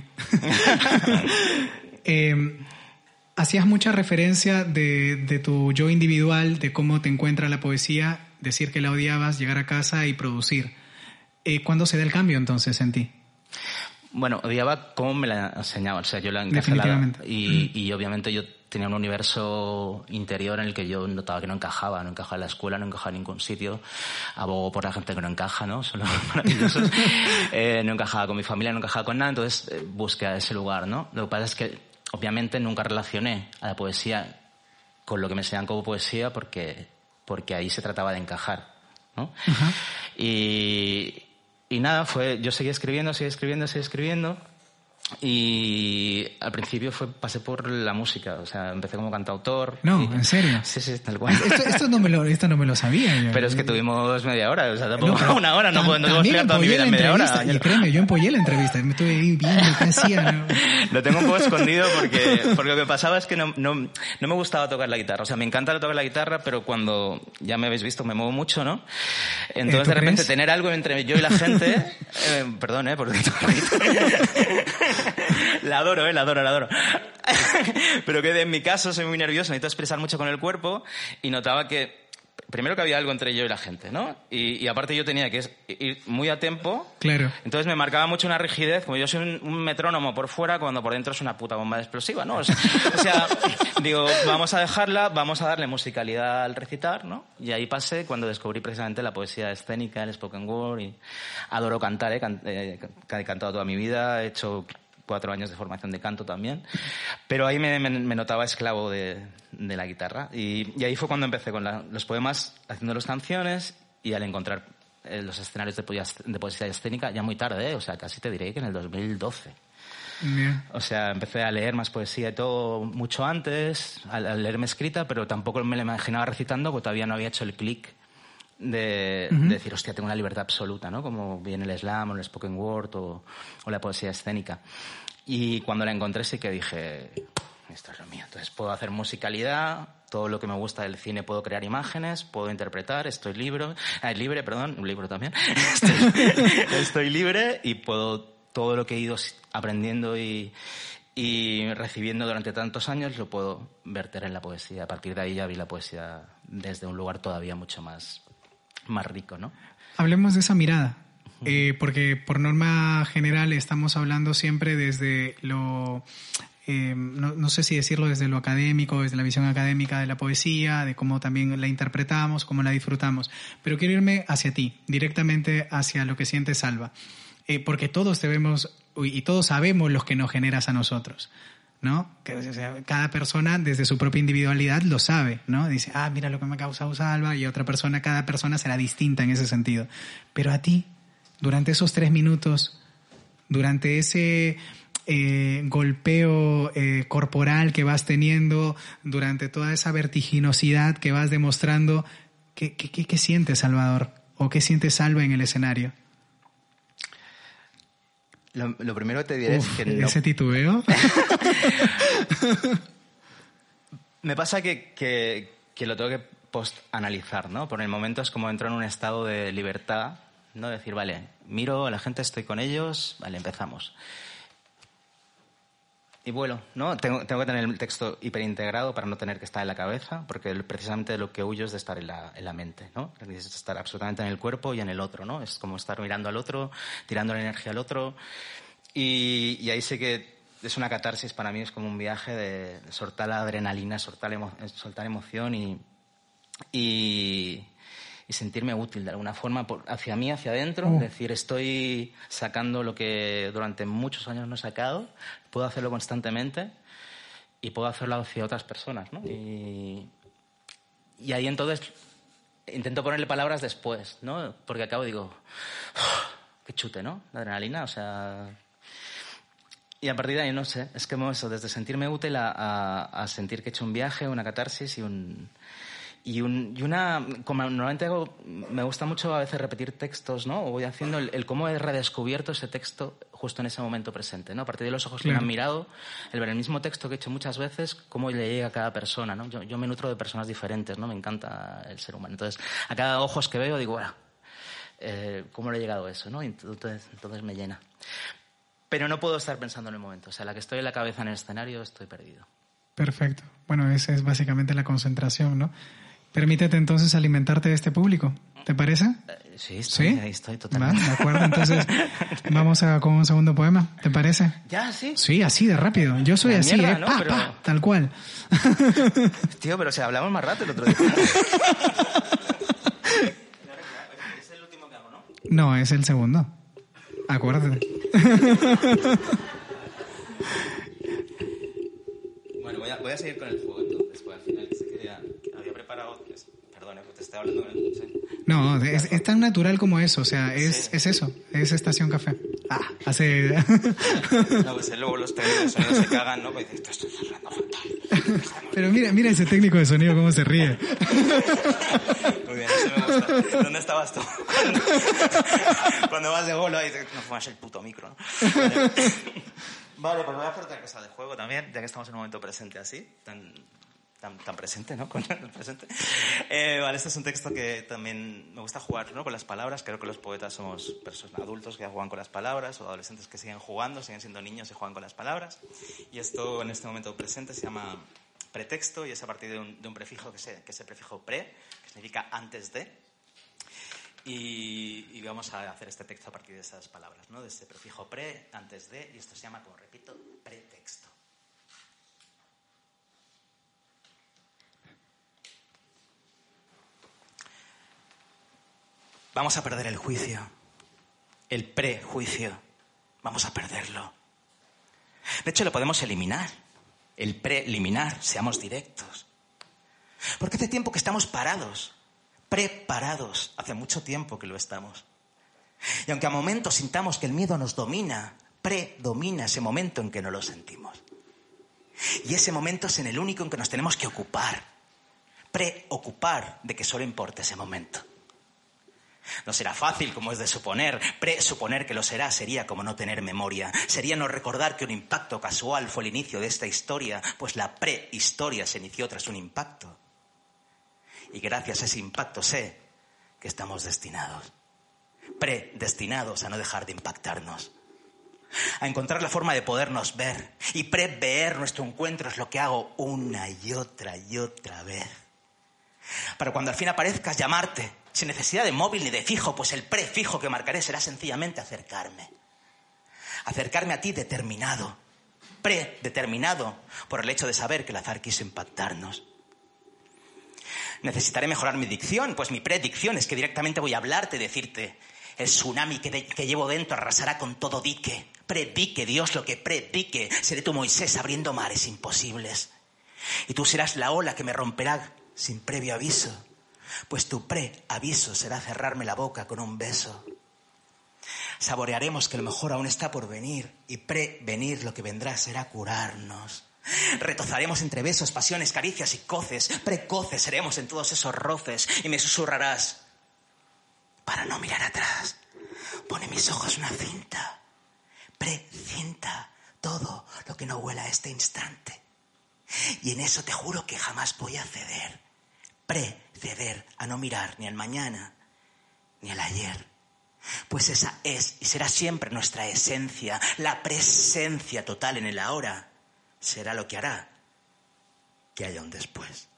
C: eh, hacías mucha referencia de, de tu yo individual, de cómo te encuentra la poesía, decir que la odiabas, llegar a casa y producir. Eh, ¿Cuándo se da el cambio entonces en ti?
F: Bueno, odiaba cómo me la enseñaban, o sea, yo la encajalaba y, mm. y obviamente yo tenía un universo interior en el que yo notaba que no encajaba, no encajaba en la escuela, no encajaba en ningún sitio, abogo por la gente que no encaja, ¿no? Son los maravillosos. eh, no encajaba con mi familia, no encajaba con nada, entonces eh, busqué ese lugar, ¿no? Lo que pasa es que obviamente nunca relacioné a la poesía con lo que me enseñan como poesía porque, porque ahí se trataba de encajar, ¿no?
C: Uh-huh.
F: Y... Y nada, fue, yo seguí escribiendo, seguí escribiendo, seguí escribiendo y al principio fue, pasé por la música, o sea, empecé como cantautor.
C: No,
F: y,
C: ¿en serio?
F: Sí, sí, tal cual.
C: Esto, esto, no, me lo, esto no me lo sabía. Yo.
F: Pero es que tuvimos media hora, o sea, tampoco
C: no,
F: una hora, no puedo no explicar toda mi vida en media hora.
C: Y créeme, yo empollé la entrevista, me estuve viendo qué hacía. ¿No?
F: Lo tengo un poco escondido porque, porque lo que pasaba es que no, no, no me gustaba tocar la guitarra, o sea, me encanta tocar la guitarra, pero cuando, ya me habéis visto, me muevo mucho, ¿no? Entonces, de repente, crees? tener algo entre yo y la gente, eh, perdón, eh, porque la adoro, eh, la adoro, la adoro. Pero que en mi caso soy muy nervioso, necesito expresar mucho con el cuerpo y notaba que primero que había algo entre yo y la gente, ¿no? Y, y aparte yo tenía que ir muy a tiempo.
C: Claro.
F: Entonces me marcaba mucho una rigidez, como yo soy un, un metrónomo por fuera cuando por dentro es una puta bomba explosiva, ¿no? O sea, o sea, digo, vamos a dejarla, vamos a darle musicalidad al recitar, ¿no? Y ahí pasé cuando descubrí precisamente la poesía escénica, el spoken word y adoro cantar, ¿eh? Can, eh, he cantado toda mi vida, he hecho cuatro años de formación de canto también, pero ahí me, me, me notaba esclavo de, de la guitarra y, y ahí fue cuando empecé con la, los poemas, haciendo las canciones y al encontrar eh, los escenarios de poesía, de poesía escénica ya muy tarde, ¿eh? O sea, casi te diré que en el dos mil doce.
C: Yeah.
F: O sea, empecé a leer más poesía y todo mucho antes, a, a leerme escrita, pero tampoco me la imaginaba recitando porque todavía no había hecho el clic de, uh-huh. de decir, hostia, tengo una libertad absoluta, ¿no? Como viene el slam o el spoken word o, o la poesía escénica. Y cuando la encontré sí que dije, esto es lo mío. Entonces puedo hacer musicalidad, todo lo que me gusta del cine, puedo crear imágenes, puedo interpretar, estoy libre, eh, libre, perdón, un libro también. estoy, estoy libre y puedo, todo lo que he ido aprendiendo y, Y recibiendo durante tantos años lo puedo verter en la poesía. A partir de ahí ya vi la poesía desde un lugar todavía mucho más, más rico, ¿no?
C: Hablemos de esa mirada, eh, porque por norma general estamos hablando siempre desde lo... Eh, no, no sé si decirlo desde lo académico, desde la visión académica de la poesía, de cómo también la interpretamos, cómo la disfrutamos. Pero quiero irme hacia ti, directamente hacia lo que siente Salva. Eh, porque todos debemos, y todos sabemos lo que nos generas a nosotros, ¿no? Que, o sea, cada persona desde su propia individualidad lo sabe, ¿no? Dice, ah, mira lo que me ha causado Salva, y otra persona, cada persona será distinta en ese sentido. Pero a ti, durante esos tres minutos, durante ese eh, golpeo eh, corporal que vas teniendo, durante toda esa vertiginosidad que vas demostrando, ¿qué, qué, qué, qué sientes, Salvador? ¿O qué sientes Salva en el escenario?
F: Lo, lo primero que te diré
C: Uf,
F: es que no...
C: ¿Ese titubeo?
F: Me pasa que, que, que lo tengo que post-analizar, ¿no? Por el momento es como entrar en un estado de libertad, ¿no? Decir, vale, miro a la gente, estoy con ellos, vale, empezamos. Y vuelo, ¿no? Tengo, tengo que tener el texto hiperintegrado para no tener que estar en la cabeza, porque precisamente de lo que huyo es de estar en la, en la mente, ¿no? Necesito estar absolutamente en el cuerpo y en el otro, ¿no? Es como estar mirando al otro, tirando la energía al otro. Y, y ahí sé que es una catarsis para mí, es como un viaje de soltar la adrenalina, soltar, emo, soltar emoción y, y, y sentirme útil de alguna forma por, hacia mí, hacia adentro. Uh. Decir, estoy sacando lo que durante muchos años no he sacado, puedo hacerlo constantemente y puedo hacerlo hacia otras personas, ¿no? Y, y ahí entonces intento ponerle palabras después, ¿no? Porque acabo y digo, qué chute, ¿no? La adrenalina, o sea... Y a partir de ahí, no sé, es como eso, desde sentirme útil a, a, a sentir que he hecho un viaje, una catarsis y un... Y, un, y una, como normalmente hago, me gusta mucho a veces repetir textos, ¿no? O voy haciendo el, el cómo he redescubierto ese texto justo en ese momento presente, ¿no? A partir de los ojos claro. que me han mirado, el ver el mismo texto que he hecho muchas veces, cómo le llega a cada persona, ¿no? Yo, yo me nutro de personas diferentes, ¿no? Me encanta el ser humano. Entonces, a cada ojos que veo digo, bueno, eh, ¿cómo le he llegado a eso, no? Y entonces, entonces me llena. Pero no puedo estar pensando en el momento. O sea, la que estoy en la cabeza en el escenario, estoy perdido.
C: Perfecto. Bueno, esa es básicamente la concentración, ¿no? Permítete entonces alimentarte de este público. ¿Te parece?
F: Eh, sí, estoy, ¿Sí? ahí estoy totalmente.
C: ¿Va? De acuerdo, entonces vamos a con un segundo poema. ¿Te parece?
F: ¿Ya? ¿Sí?
C: Sí, así de rápido. Yo soy
F: la
C: así,
F: mierda,
C: ¿eh?
F: ¿no?
C: Pa,
F: pero...
C: pa, tal cual.
F: Tío, pero si hablamos más rato el otro día. Es el último que hago, ¿no?
C: No, es el segundo. Acuérdate.
F: Bueno, voy a, voy a seguir con el juego entonces, porque al final se quería, había preparado... Perdón, te estaba hablando con el... ¿sí?
C: No, es, es tan natural como eso, o sea, es, sí. es eso, es Estación Café. Ah, hace...
F: No, pues luego los técnicos de sonido se cagan, ¿no? Pues dices, esto está sonando fatal.
C: Pero mira, mira ese técnico de sonido cómo se ríe.
F: Muy bien, eso me gusta. ¿Dónde estabas tú? Cuando, cuando vas de bolo y dices, no fumas el puto micro, ¿no? Vale. Vale, pues voy a hacer otra cosa de juego también, ya que estamos en un momento presente así, tan... Tan, tan presente, ¿no? Con el presente. Eh, vale, este es un texto que también me gusta jugar, ¿no? Con las palabras. Creo que los poetas somos personas adultos que juegan con las palabras o adolescentes que siguen jugando, siguen siendo niños y juegan con las palabras. Y esto en este momento presente se llama pretexto y es a partir de un, de un prefijo que, se, que es el prefijo pre, que significa antes de. Y, y vamos a hacer este texto a partir de esas palabras, ¿no? De este prefijo pre, antes de, y esto se llama, como repito, pretexto. Vamos a perder el juicio, el prejuicio, vamos a perderlo. De hecho, lo podemos eliminar, el preliminar, seamos directos. Porque hace tiempo que estamos parados, preparados, hace mucho tiempo que lo estamos. Y aunque a momentos sintamos que el miedo nos domina, predomina ese momento en que no lo sentimos. Y ese momento es en el único en que nos tenemos que ocupar, preocupar de que solo importe ese momento. No será fácil, como es de suponer. Presuponer que lo será sería como no tener memoria. Sería no recordar que un impacto casual fue el inicio de esta historia, pues la prehistoria se inició tras un impacto. Y gracias a ese impacto sé que estamos destinados, predestinados a no dejar de impactarnos. a encontrar la forma de podernos ver. Y prever nuestro encuentro es lo que hago una y otra y otra vez. Para cuando al fin aparezcas, llamarte, sin necesidad de móvil ni de fijo, pues el prefijo que marcaré será sencillamente acercarme. Acercarme a ti determinado, predeterminado, por el hecho de saber que el azar quiso impactarnos. Necesitaré mejorar mi dicción, pues mi predicción es que directamente voy a hablarte y decirte: el tsunami que, de, que llevo dentro arrasará con todo dique. Predique, Dios, lo que predique. Seré tu Moisés abriendo mares imposibles. Y tú serás la ola que me romperá sin previo aviso, pues tu preaviso será cerrarme la boca con un beso. Saborearemos que lo mejor aún está por venir, y prevenir lo que vendrá será curarnos. Retozaremos entre besos, pasiones, caricias y coces. Precoces seremos en todos esos roces, y me susurrarás: para no mirar atrás, pone mis ojos una cinta. Precinta todo lo que no huela a este instante. Y en eso te juro que jamás voy a ceder. Preceder a no mirar ni al mañana ni al ayer. Pues esa es y será siempre nuestra esencia. La presencia total en el ahora será lo que hará que haya un después.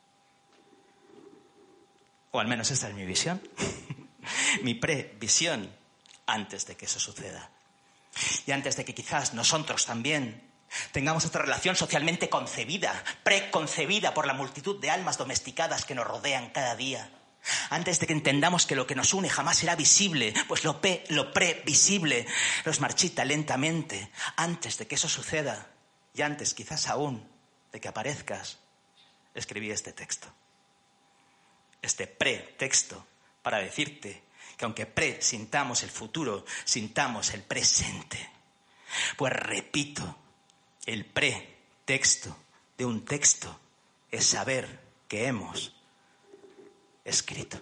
F: O al menos esta es mi visión. Mi previsión antes de que eso suceda. Y antes de que quizás nosotros también tengamos otra relación socialmente concebida, preconcebida por la multitud de almas domesticadas que nos rodean cada día. Antes de que entendamos que lo que nos une jamás será visible, pues lo, pe, lo previsible nos marchita lentamente. Antes de que eso suceda, y antes quizás aún de que aparezcas, escribí este texto. Este pretexto para decirte que aunque presintamos el futuro, sintamos el presente. Pues repito, el pretexto de un texto es saber que hemos escrito.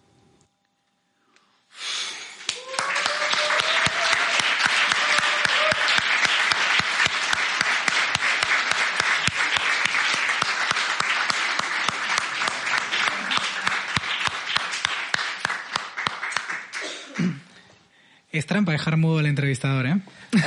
C: Es trampa dejar mudo al entrevistador, ¿eh?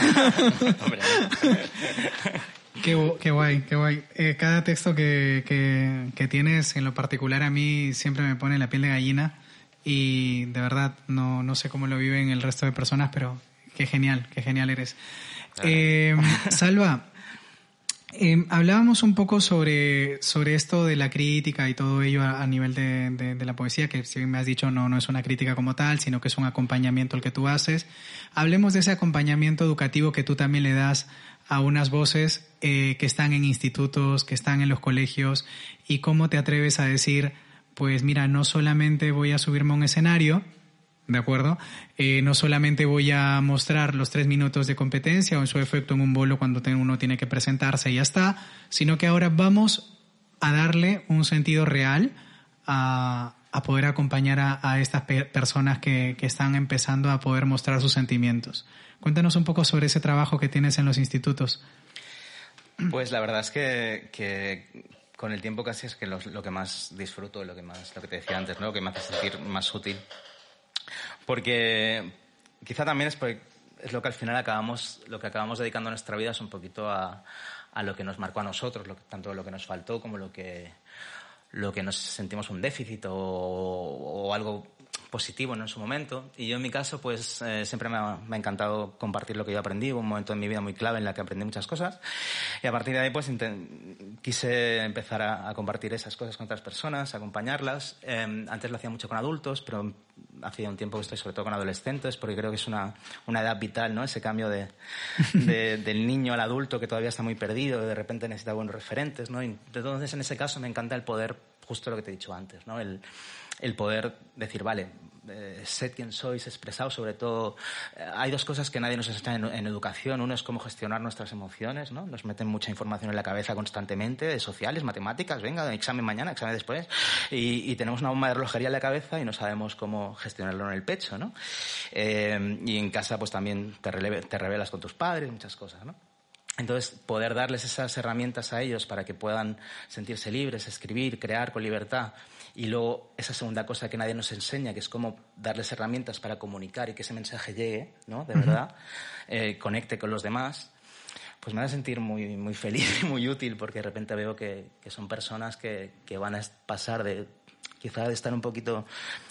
C: Qué, qué guay, qué guay. Eh, cada texto que, que, que tienes, en lo particular a mí, siempre me pone la piel de gallina. Y de verdad, no, no sé cómo lo viven el resto de personas, pero qué genial, qué genial eres. Eh, Salva, eh, hablábamos un poco sobre, sobre esto de la crítica y todo ello a, a nivel de, de, de la poesía, que si bien me has dicho no, no es una crítica como tal, sino que es un acompañamiento el que tú haces. Hablemos de ese acompañamiento educativo que tú también le das a unas voces eh, que están en institutos, que están en los colegios, y cómo te atreves a decir, pues mira, no solamente voy a subirme a un escenario, ¿de acuerdo? Eh, no solamente voy a mostrar los tres minutos de competencia o en su efecto en un bolo cuando uno tiene que presentarse y ya está, sino que ahora vamos a darle un sentido real a, a poder acompañar a, a estas pe- personas que, que están empezando a poder mostrar sus sentimientos. Cuéntanos un poco sobre ese trabajo que tienes en los institutos.
G: Pues la verdad es que, que con el tiempo casi es que lo, lo que más disfruto, lo que más, lo que te decía antes, ¿no? Lo que me hace sentir más útil. Porque quizá también es, porque es lo que al final acabamos, lo que acabamos dedicando nuestra vida es un poquito a, a lo que nos marcó a nosotros, lo, tanto lo que nos faltó como lo que, lo que nos sentimos un déficit o, o algo positivo, ¿no? En su momento. Y yo en mi caso pues eh, siempre me ha, me ha encantado compartir lo que yo aprendí, un momento en mi vida muy clave en la que aprendí muchas cosas, y a partir de ahí pues intent- quise empezar a, a compartir esas cosas con otras personas, a acompañarlas. Eh, antes lo hacía mucho con adultos, pero hace ya un tiempo que estoy sobre todo con adolescentes, porque creo que es una, una edad vital, ¿no? Ese cambio de, de, del niño al adulto que todavía está muy perdido, y de repente necesita buenos referentes, ¿no? Y entonces en ese caso me encanta el poder, justo lo que te he dicho antes, ¿no? El, el poder decir, vale, eh, sed quien sois, expresaos, sobre todo. Eh, hay dos cosas que nadie nos enseña en, en educación. Uno es cómo gestionar nuestras emociones, ¿no? Nos meten mucha información en la cabeza constantemente, de sociales, matemáticas, venga, examen mañana, examen después, y, y tenemos una bomba de relojería en la cabeza y no sabemos cómo gestionarlo en el pecho, ¿no? Eh, y en casa pues también te, releve, te rebelas con tus padres, muchas cosas, ¿no? Entonces, poder darles esas herramientas a ellos para que puedan sentirse libres, escribir, crear con libertad. Y luego, esa segunda cosa que nadie nos enseña, que es cómo darles herramientas para comunicar y que ese mensaje llegue, ¿no? De verdad, uh-huh. eh, conecte con los demás, pues me hace sentir muy, muy feliz y muy útil, porque de repente veo que, que son personas que, que van a pasar de, quizá de estar un poquito...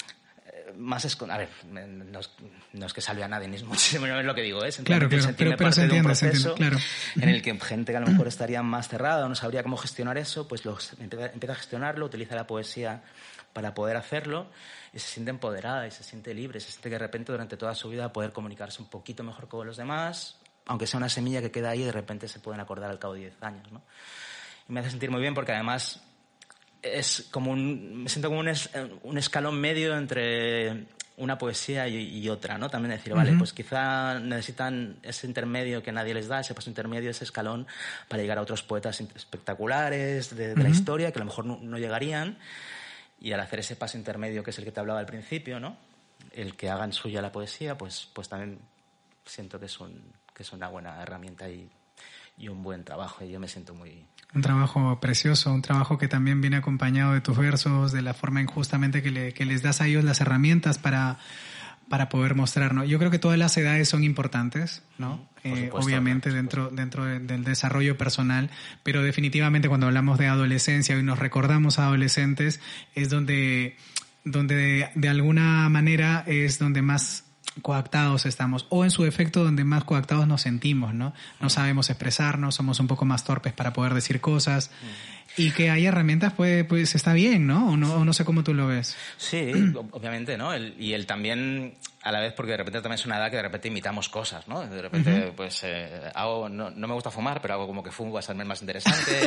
G: más escon... a ver, no es, no es que salve a nadie, ni es muchísimo, no es lo que digo, ¿eh?
C: Claro, claro, pero, pero se entiende,
G: de un proceso
C: se entiende, claro.
G: En el que gente que a lo mejor estaría más cerrada o no sabría cómo gestionar eso, pues los, empieza, empieza a gestionarlo, utiliza la poesía para poder hacerlo y se siente empoderada y se siente libre, se siente que de repente durante toda su vida va a poder comunicarse un poquito mejor con los demás, aunque sea una semilla que queda ahí y de repente se pueden acordar al cabo de diez años, ¿no? Y me hace sentir muy bien porque además es como un, me siento como un, es, un escalón medio entre una poesía y, y otra, ¿no? También decir, vale, uh-huh. pues quizá necesitan ese intermedio que nadie les da, ese paso intermedio, ese escalón para llegar a otros poetas espectaculares de, de uh-huh. la historia que a lo mejor no, no llegarían, y al hacer ese paso intermedio que es el que te hablaba al principio, ¿no? El que hagan suya la poesía, pues, pues también siento que es, un, que es una buena herramienta y, y un buen trabajo, y yo me siento muy...
C: Un trabajo precioso, un trabajo que también viene acompañado de tus versos, de la forma en justamente que, le, que les das a ellos las herramientas para, para poder mostrar, ¿no? Yo creo que todas las edades son importantes, ¿no? Eh, supuesto, obviamente dentro, dentro de, del desarrollo personal, pero definitivamente cuando hablamos de adolescencia y nos recordamos a adolescentes es donde, donde de, de alguna manera es donde más coactados estamos, o en su efecto donde más coactados nos sentimos, ¿no? No sabemos expresarnos, somos un poco más torpes para poder decir cosas, y que hay herramientas, pues, pues está bien, ¿no? O no, o no sé cómo tú lo ves.
G: Sí, obviamente, ¿no? El, y él también, a la vez, porque de repente también es una edad que de repente imitamos cosas, ¿no? De repente, uh-huh. pues, eh, hago, no, no me gusta fumar, pero hago como que fumo, va a ser más interesante,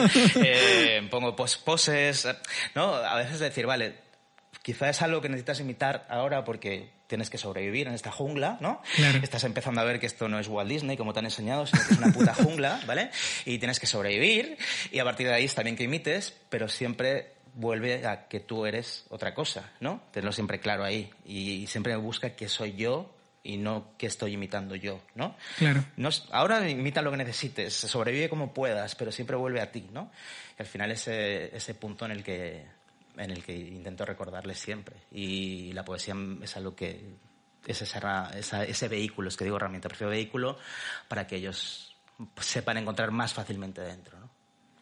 G: eh, pongo pos, poses, ¿no? A veces decir, vale, quizá es algo que necesitas imitar ahora porque tienes que sobrevivir en esta jungla, ¿no?
C: Claro.
G: Estás empezando a ver que esto no es Walt Disney, como te han enseñado, sino que es una puta jungla, ¿vale? Y tienes que sobrevivir, y a partir de ahí está bien que imites, pero siempre vuelve a que tú eres otra cosa, ¿no? Tenlo siempre claro ahí. Y siempre busca que soy yo y no que estoy imitando yo, ¿no?
C: Claro.
G: No, ahora imita lo que necesites, sobrevive como puedas, pero siempre vuelve a ti, ¿no? Y al final ese, ese punto en el que... en el que intento recordarles siempre. Y la poesía es algo que es esa, esa, ese vehículo, es que digo herramienta, prefiero vehículo para que ellos sepan encontrar más fácilmente dentro, ¿no?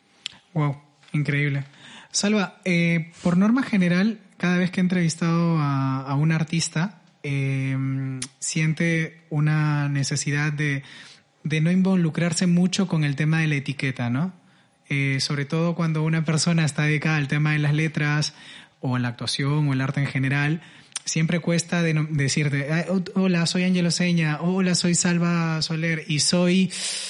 C: Wow, increíble. Salva, eh, por norma general, cada vez que he entrevistado a, a un artista, eh, siente una necesidad de, de no involucrarse mucho con el tema de la etiqueta, ¿no? Eh, sobre todo cuando una persona está dedicada al tema de las letras o la actuación o el arte en general, siempre cuesta de no, decirte, hola, soy Ángel Oseña, hola, soy Salva Soler y soy...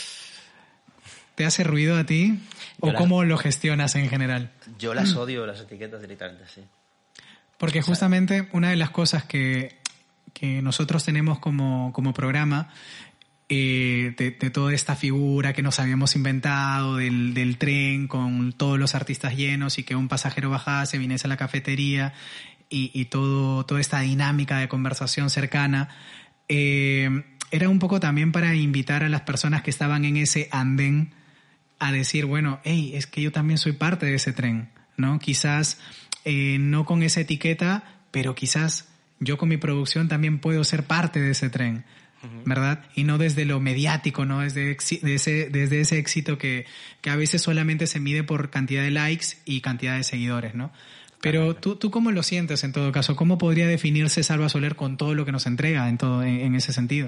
C: ¿Te hace ruido a ti? ¿O la... cómo lo gestionas en general?
G: Yo las odio, las etiquetas directamente, sí.
C: Porque justamente una de las cosas que, que nosotros tenemos como, como programa... Eh, de, de toda esta figura que nos habíamos inventado del, del tren con todos los artistas llenos y que un pasajero bajase, viniese a la cafetería y, y todo, toda esta dinámica de conversación cercana, eh, era un poco también para invitar a las personas que estaban en ese andén a decir, bueno, hey, es que yo también soy parte de ese tren, ¿no? Quizás eh, no con esa etiqueta, pero quizás yo con mi producción también puedo ser parte de ese tren, ¿verdad? Y no desde lo mediático, no desde, de ese, desde ese éxito que, que a veces solamente se mide por cantidad de likes y cantidad de seguidores, ¿no? Pero tú, tú ¿cómo lo sientes en todo caso? ¿Cómo podría definirse Salva Soler con todo lo que nos entrega en, todo, en, en ese sentido?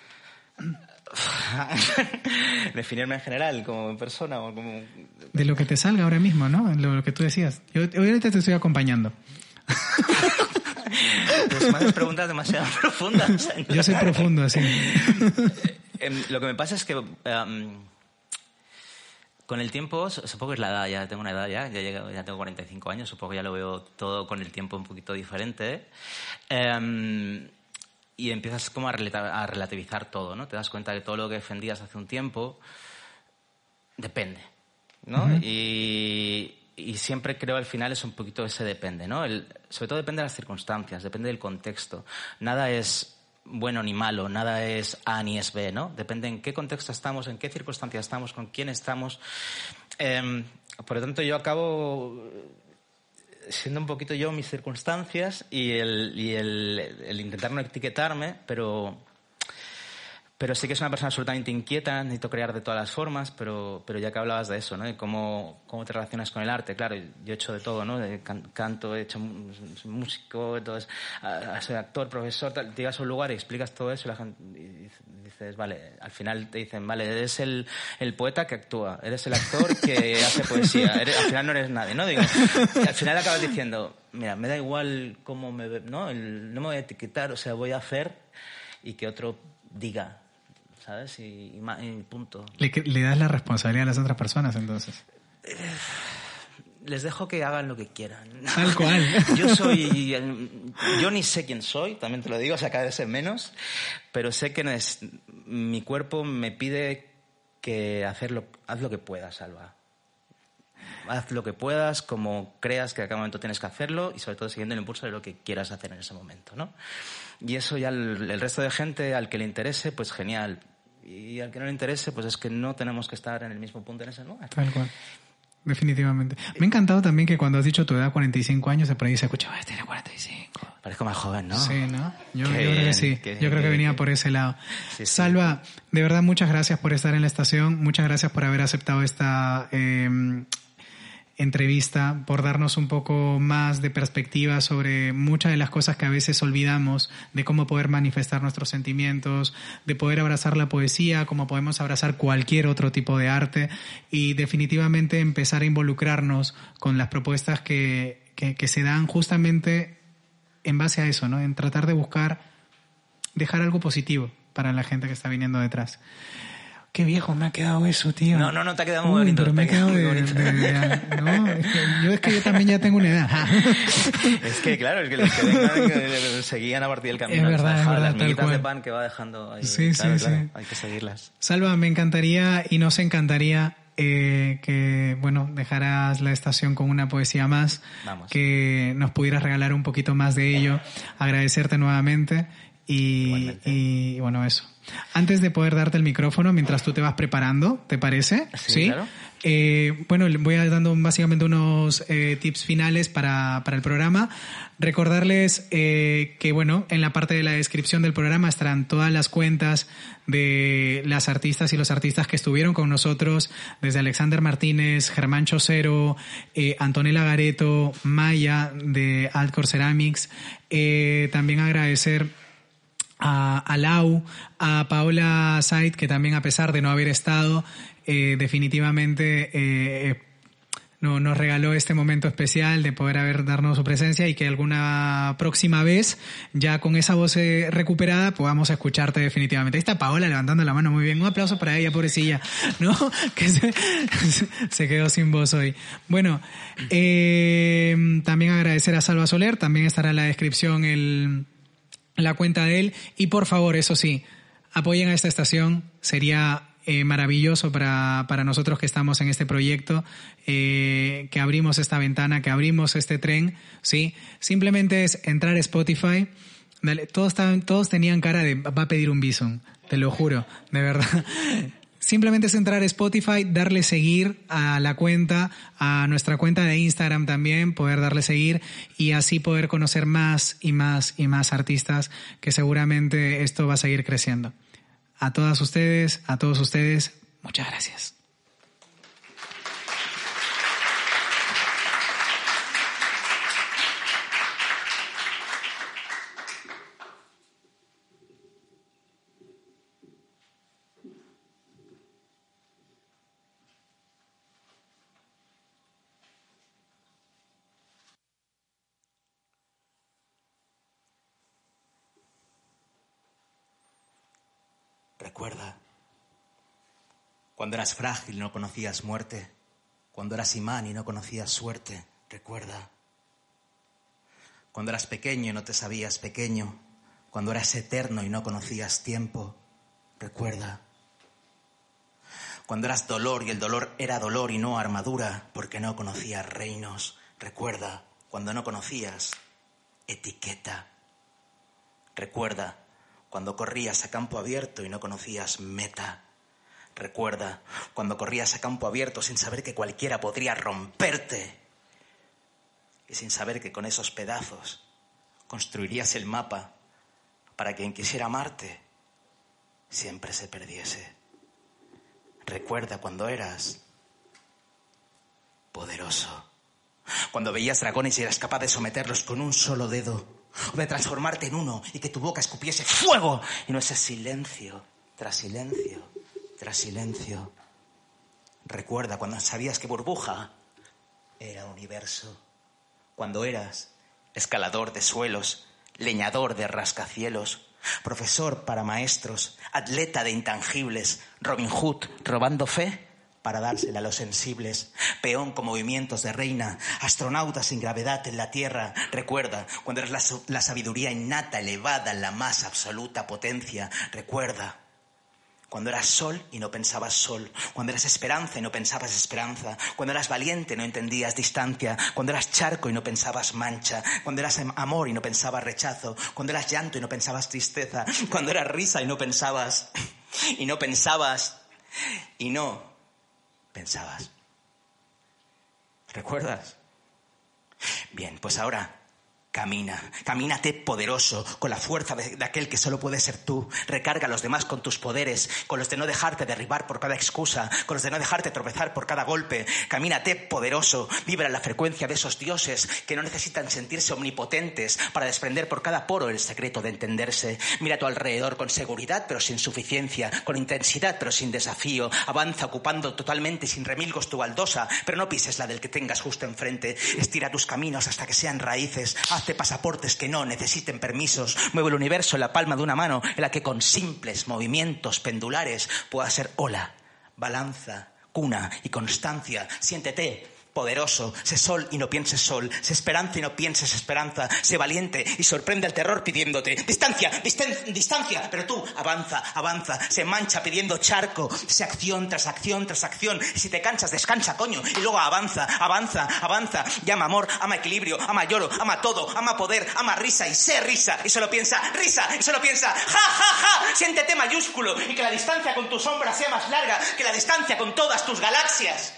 G: Definirme en general, como persona o como...
C: De lo que te salga ahora mismo, ¿no? Lo, lo que tú decías. Yo ahorita te estoy acompañando.
G: Pues me haces preguntas demasiado profundas.
C: Yo soy profundo, sí.
G: Lo que me pasa es que um, con el tiempo, supongo que es la edad, ya tengo una edad ya, ya, llego, ya tengo cuarenta y cinco años, supongo que ya lo veo todo con el tiempo un poquito diferente. Um, y empiezas como a, relata- a relativizar todo, ¿no? Te das cuenta que todo lo que defendías hace un tiempo depende, ¿no? Uh-huh. Y... Y siempre creo al final es un poquito ese depende, ¿no? El, sobre todo depende de las circunstancias, depende del contexto. Nada es bueno ni malo, nada es A ni es B, ¿no? Depende en qué contexto estamos, en qué circunstancias estamos, con quién estamos. Eh, por lo tanto, yo acabo siendo un poquito yo mis circunstancias y el, y el, el intentar no etiquetarme, pero... Pero sí que es una persona absolutamente inquieta, necesito crear de todas las formas, pero, pero ya que hablabas de eso, ¿no? De cómo, cómo te relacionas con el arte. Claro, yo he hecho de todo, ¿no? De can, canto, he hecho soy músico, entonces, soy actor, profesor, tal. Te llegas a un lugar y explicas todo eso y la gente y dices, vale, al final te dicen, vale, eres el, el poeta que actúa, eres el actor que hace poesía, eres, al final no eres nadie, ¿no? Digo, y al final acabas diciendo, mira, me da igual cómo me ve, ¿no? El, no me voy a etiquetar, o sea, voy a hacer y que otro diga, ¿sabes? Y, y, y punto.
C: ¿Le, ¿Le das la responsabilidad a las otras personas, entonces?
G: Eh, les dejo que hagan lo que quieran.
C: Tal cual.
G: Yo soy... Yo ni sé quién soy, también te lo digo, o sea, cada vez sé menos, pero sé que es, mi cuerpo me pide que hacerlo, haz lo que puedas, Alba. Haz lo que puedas, como creas que a cada momento tienes que hacerlo y sobre todo siguiendo el impulso de lo que quieras hacer en ese momento, ¿no? Y eso ya el, el resto de gente, al que le interese, pues genial. Y al que no le interese, pues es que no tenemos que estar en el mismo punto en ese lugar.
C: Tal cual. Definitivamente. Me ha encantado también que cuando has dicho tu edad, cuarenta y cinco años, de por ahí se escuchaba, este tiene cuarenta y cinco.
G: Parezco más joven, ¿no?
C: Sí, ¿no? Yo, yo
G: bien,
C: creo que sí.
G: qué,
C: yo creo que
G: qué,
C: venía
G: qué.
C: por ese lado.
G: Sí, sí.
C: Salva, de verdad, muchas gracias por estar en la estación. Muchas gracias por haber aceptado esta... Eh, entrevista, por darnos un poco más de perspectiva sobre muchas de las cosas que a veces olvidamos, de cómo poder manifestar nuestros sentimientos, de poder abrazar la poesía, cómo podemos abrazar cualquier otro tipo de arte y definitivamente empezar a involucrarnos con las propuestas que, que, que se dan justamente en base a eso, ¿no? En tratar de buscar dejar algo positivo para la gente que está viniendo detrás. Qué viejo me ha quedado eso, tío.
G: No, no, no te ha quedado muy
C: Uy,
G: bonito.
C: pero me ha quedado de, de, de, de, no, es que yo es que yo también ya tengo una edad.
G: Es que claro, es que los que vengan que seguían a partir del camino.
C: Es verdad, es verdad,
G: las
C: tal
G: miguitas
C: cual.
G: de pan que va dejando ahí.
C: Sí,
G: claro,
C: sí,
G: claro,
C: sí.
G: hay que seguirlas.
C: Salva, me encantaría y nos encantaría eh, que, bueno, dejaras la estación con una poesía más.
G: Vamos.
C: Que nos pudieras regalar un poquito más de ello. Agradecerte nuevamente y, y bueno, eso. Antes de poder darte el micrófono, mientras tú te vas preparando, ¿te parece?
G: Sí,
C: ¿Sí?
G: claro.
C: Eh, bueno, le voy a ir dando básicamente unos eh, tips finales para, para el programa. Recordarles eh, que, bueno, en la parte de la descripción del programa estarán todas las cuentas de las artistas y los artistas que estuvieron con nosotros, desde Alexander Martínez, Germán Chocero, eh, Antonella Gareto, Maya de Altcore Ceramics. Eh, también agradecer a, a Lau, a Paola Said, que también a pesar de no haber estado, eh, definitivamente eh, no, nos regaló este momento especial de poder haber darnos su presencia y que alguna próxima vez, ya con esa voz eh, recuperada, podamos escucharte definitivamente. Ahí está Paola levantando la mano, muy bien. Un aplauso para ella, pobrecilla, ¿no? Que se, se quedó sin voz hoy. Bueno, eh, también agradecer a Salva Soler, también estará en la descripción el... la cuenta de él y por favor, eso sí, apoyen a esta estación, sería eh, maravilloso para, para nosotros que estamos en este proyecto, eh, que abrimos esta ventana, que abrimos este tren, ¿sí? Simplemente es entrar a Spotify, dale, todos, estaban, todos tenían cara de va a pedir un bison, te lo juro, de verdad. Simplemente es entrar a Spotify, darle seguir a la cuenta, a nuestra cuenta de Instagram también, poder darle seguir y así poder conocer más y más y más artistas, que seguramente esto va a seguir creciendo. A todas ustedes, a todos ustedes, muchas gracias.
F: Recuerda, cuando eras frágil y no conocías muerte, cuando eras imán y no conocías suerte, recuerda. Cuando eras pequeño y no te sabías pequeño, cuando eras eterno y no conocías tiempo, recuerda. Cuando eras dolor y el dolor era dolor y no armadura, porque no conocías reinos, recuerda. Cuando no conocías etiqueta, recuerda. cuando corrías a campo abierto y no conocías meta. Recuerda cuando corrías a campo abierto sin saber que cualquiera podría romperte y sin saber que con esos pedazos construirías el mapa para que quien quisiera amarte siempre se perdiese. Recuerda cuando eras poderoso, cuando veías dragones y eras capaz de someterlos con un solo dedo, o de transformarte en uno y que tu boca escupiese fuego y no ese silencio tras silencio tras silencio. Recuerda cuando sabías que burbuja era universo, cuando eras escalador de suelos, leñador de rascacielos, profesor para maestros, atleta de intangibles, Robin Hood robando fe para dársela a los sensibles, peón con movimientos de reina, astronauta sin gravedad en la tierra. Recuerda cuando eres la, la sabiduría innata, elevada en la más absoluta potencia. Recuerda cuando eras sol y no pensabas sol, cuando eras esperanza y no pensabas esperanza, cuando eras valiente y no entendías distancia, cuando eras charco y no pensabas mancha, cuando eras amor y no pensabas rechazo, cuando eras llanto y no pensabas tristeza, cuando eras risa y no pensabas, y no pensabas, y no pensabas. ¿Recuerdas? Bien, pues ahora camina, camínate poderoso, con la fuerza de, de aquel que solo puede ser tú. Recarga a los demás con tus poderes, con los de no dejarte derribar por cada excusa, con los de no dejarte tropezar por cada golpe. Camínate poderoso, vibra en la frecuencia de esos dioses que no necesitan sentirse omnipotentes para desprender por cada poro el secreto de entenderse. Mira a tu alrededor con seguridad pero sin suficiencia, con intensidad pero sin desafío. Avanza ocupando totalmente sin remilgos tu baldosa, pero no pises la del que tengas justo enfrente. Estira tus caminos hasta que sean raíces. Hazte pasaportes que no necesiten permisos. Mueve el universo en la palma de una mano en la que con simples movimientos pendulares pueda ser ola, balanza, cuna y constancia. Siéntete poderoso, sé sol y no pienses sol, sé esperanza y no pienses esperanza, sé valiente y sorprende al terror pidiéndote distancia, disten- distancia, pero tú avanza, avanza, sé mancha pidiendo charco, sé acción tras acción tras acción, y si te cansas descansa coño, y luego avanza, avanza, avanza, llama amor, ama equilibrio, ama lloro, ama todo, ama poder, ama risa y sé risa, y solo piensa risa, y solo piensa ja, ja, ja, siéntete mayúsculo, y que la distancia con tu sombra sea más larga que la distancia con todas tus galaxias.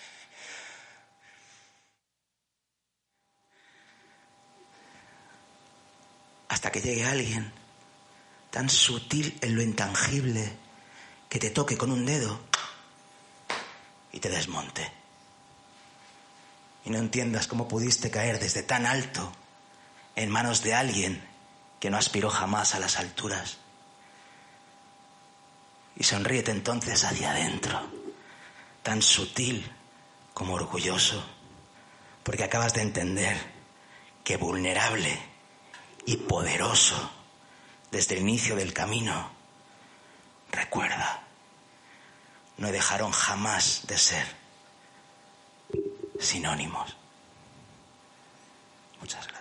F: Hasta que llegue alguien tan sutil en lo intangible que te toque con un dedo y te desmonte. Y no entiendas cómo pudiste caer desde tan alto en manos de alguien que no aspiró jamás a las alturas. Y sonríete entonces hacia adentro, tan sutil como orgulloso, porque acabas de entender que vulnerable y poderoso desde el inicio del camino, recuerda, no dejaron jamás de ser sinónimos. Muchas gracias.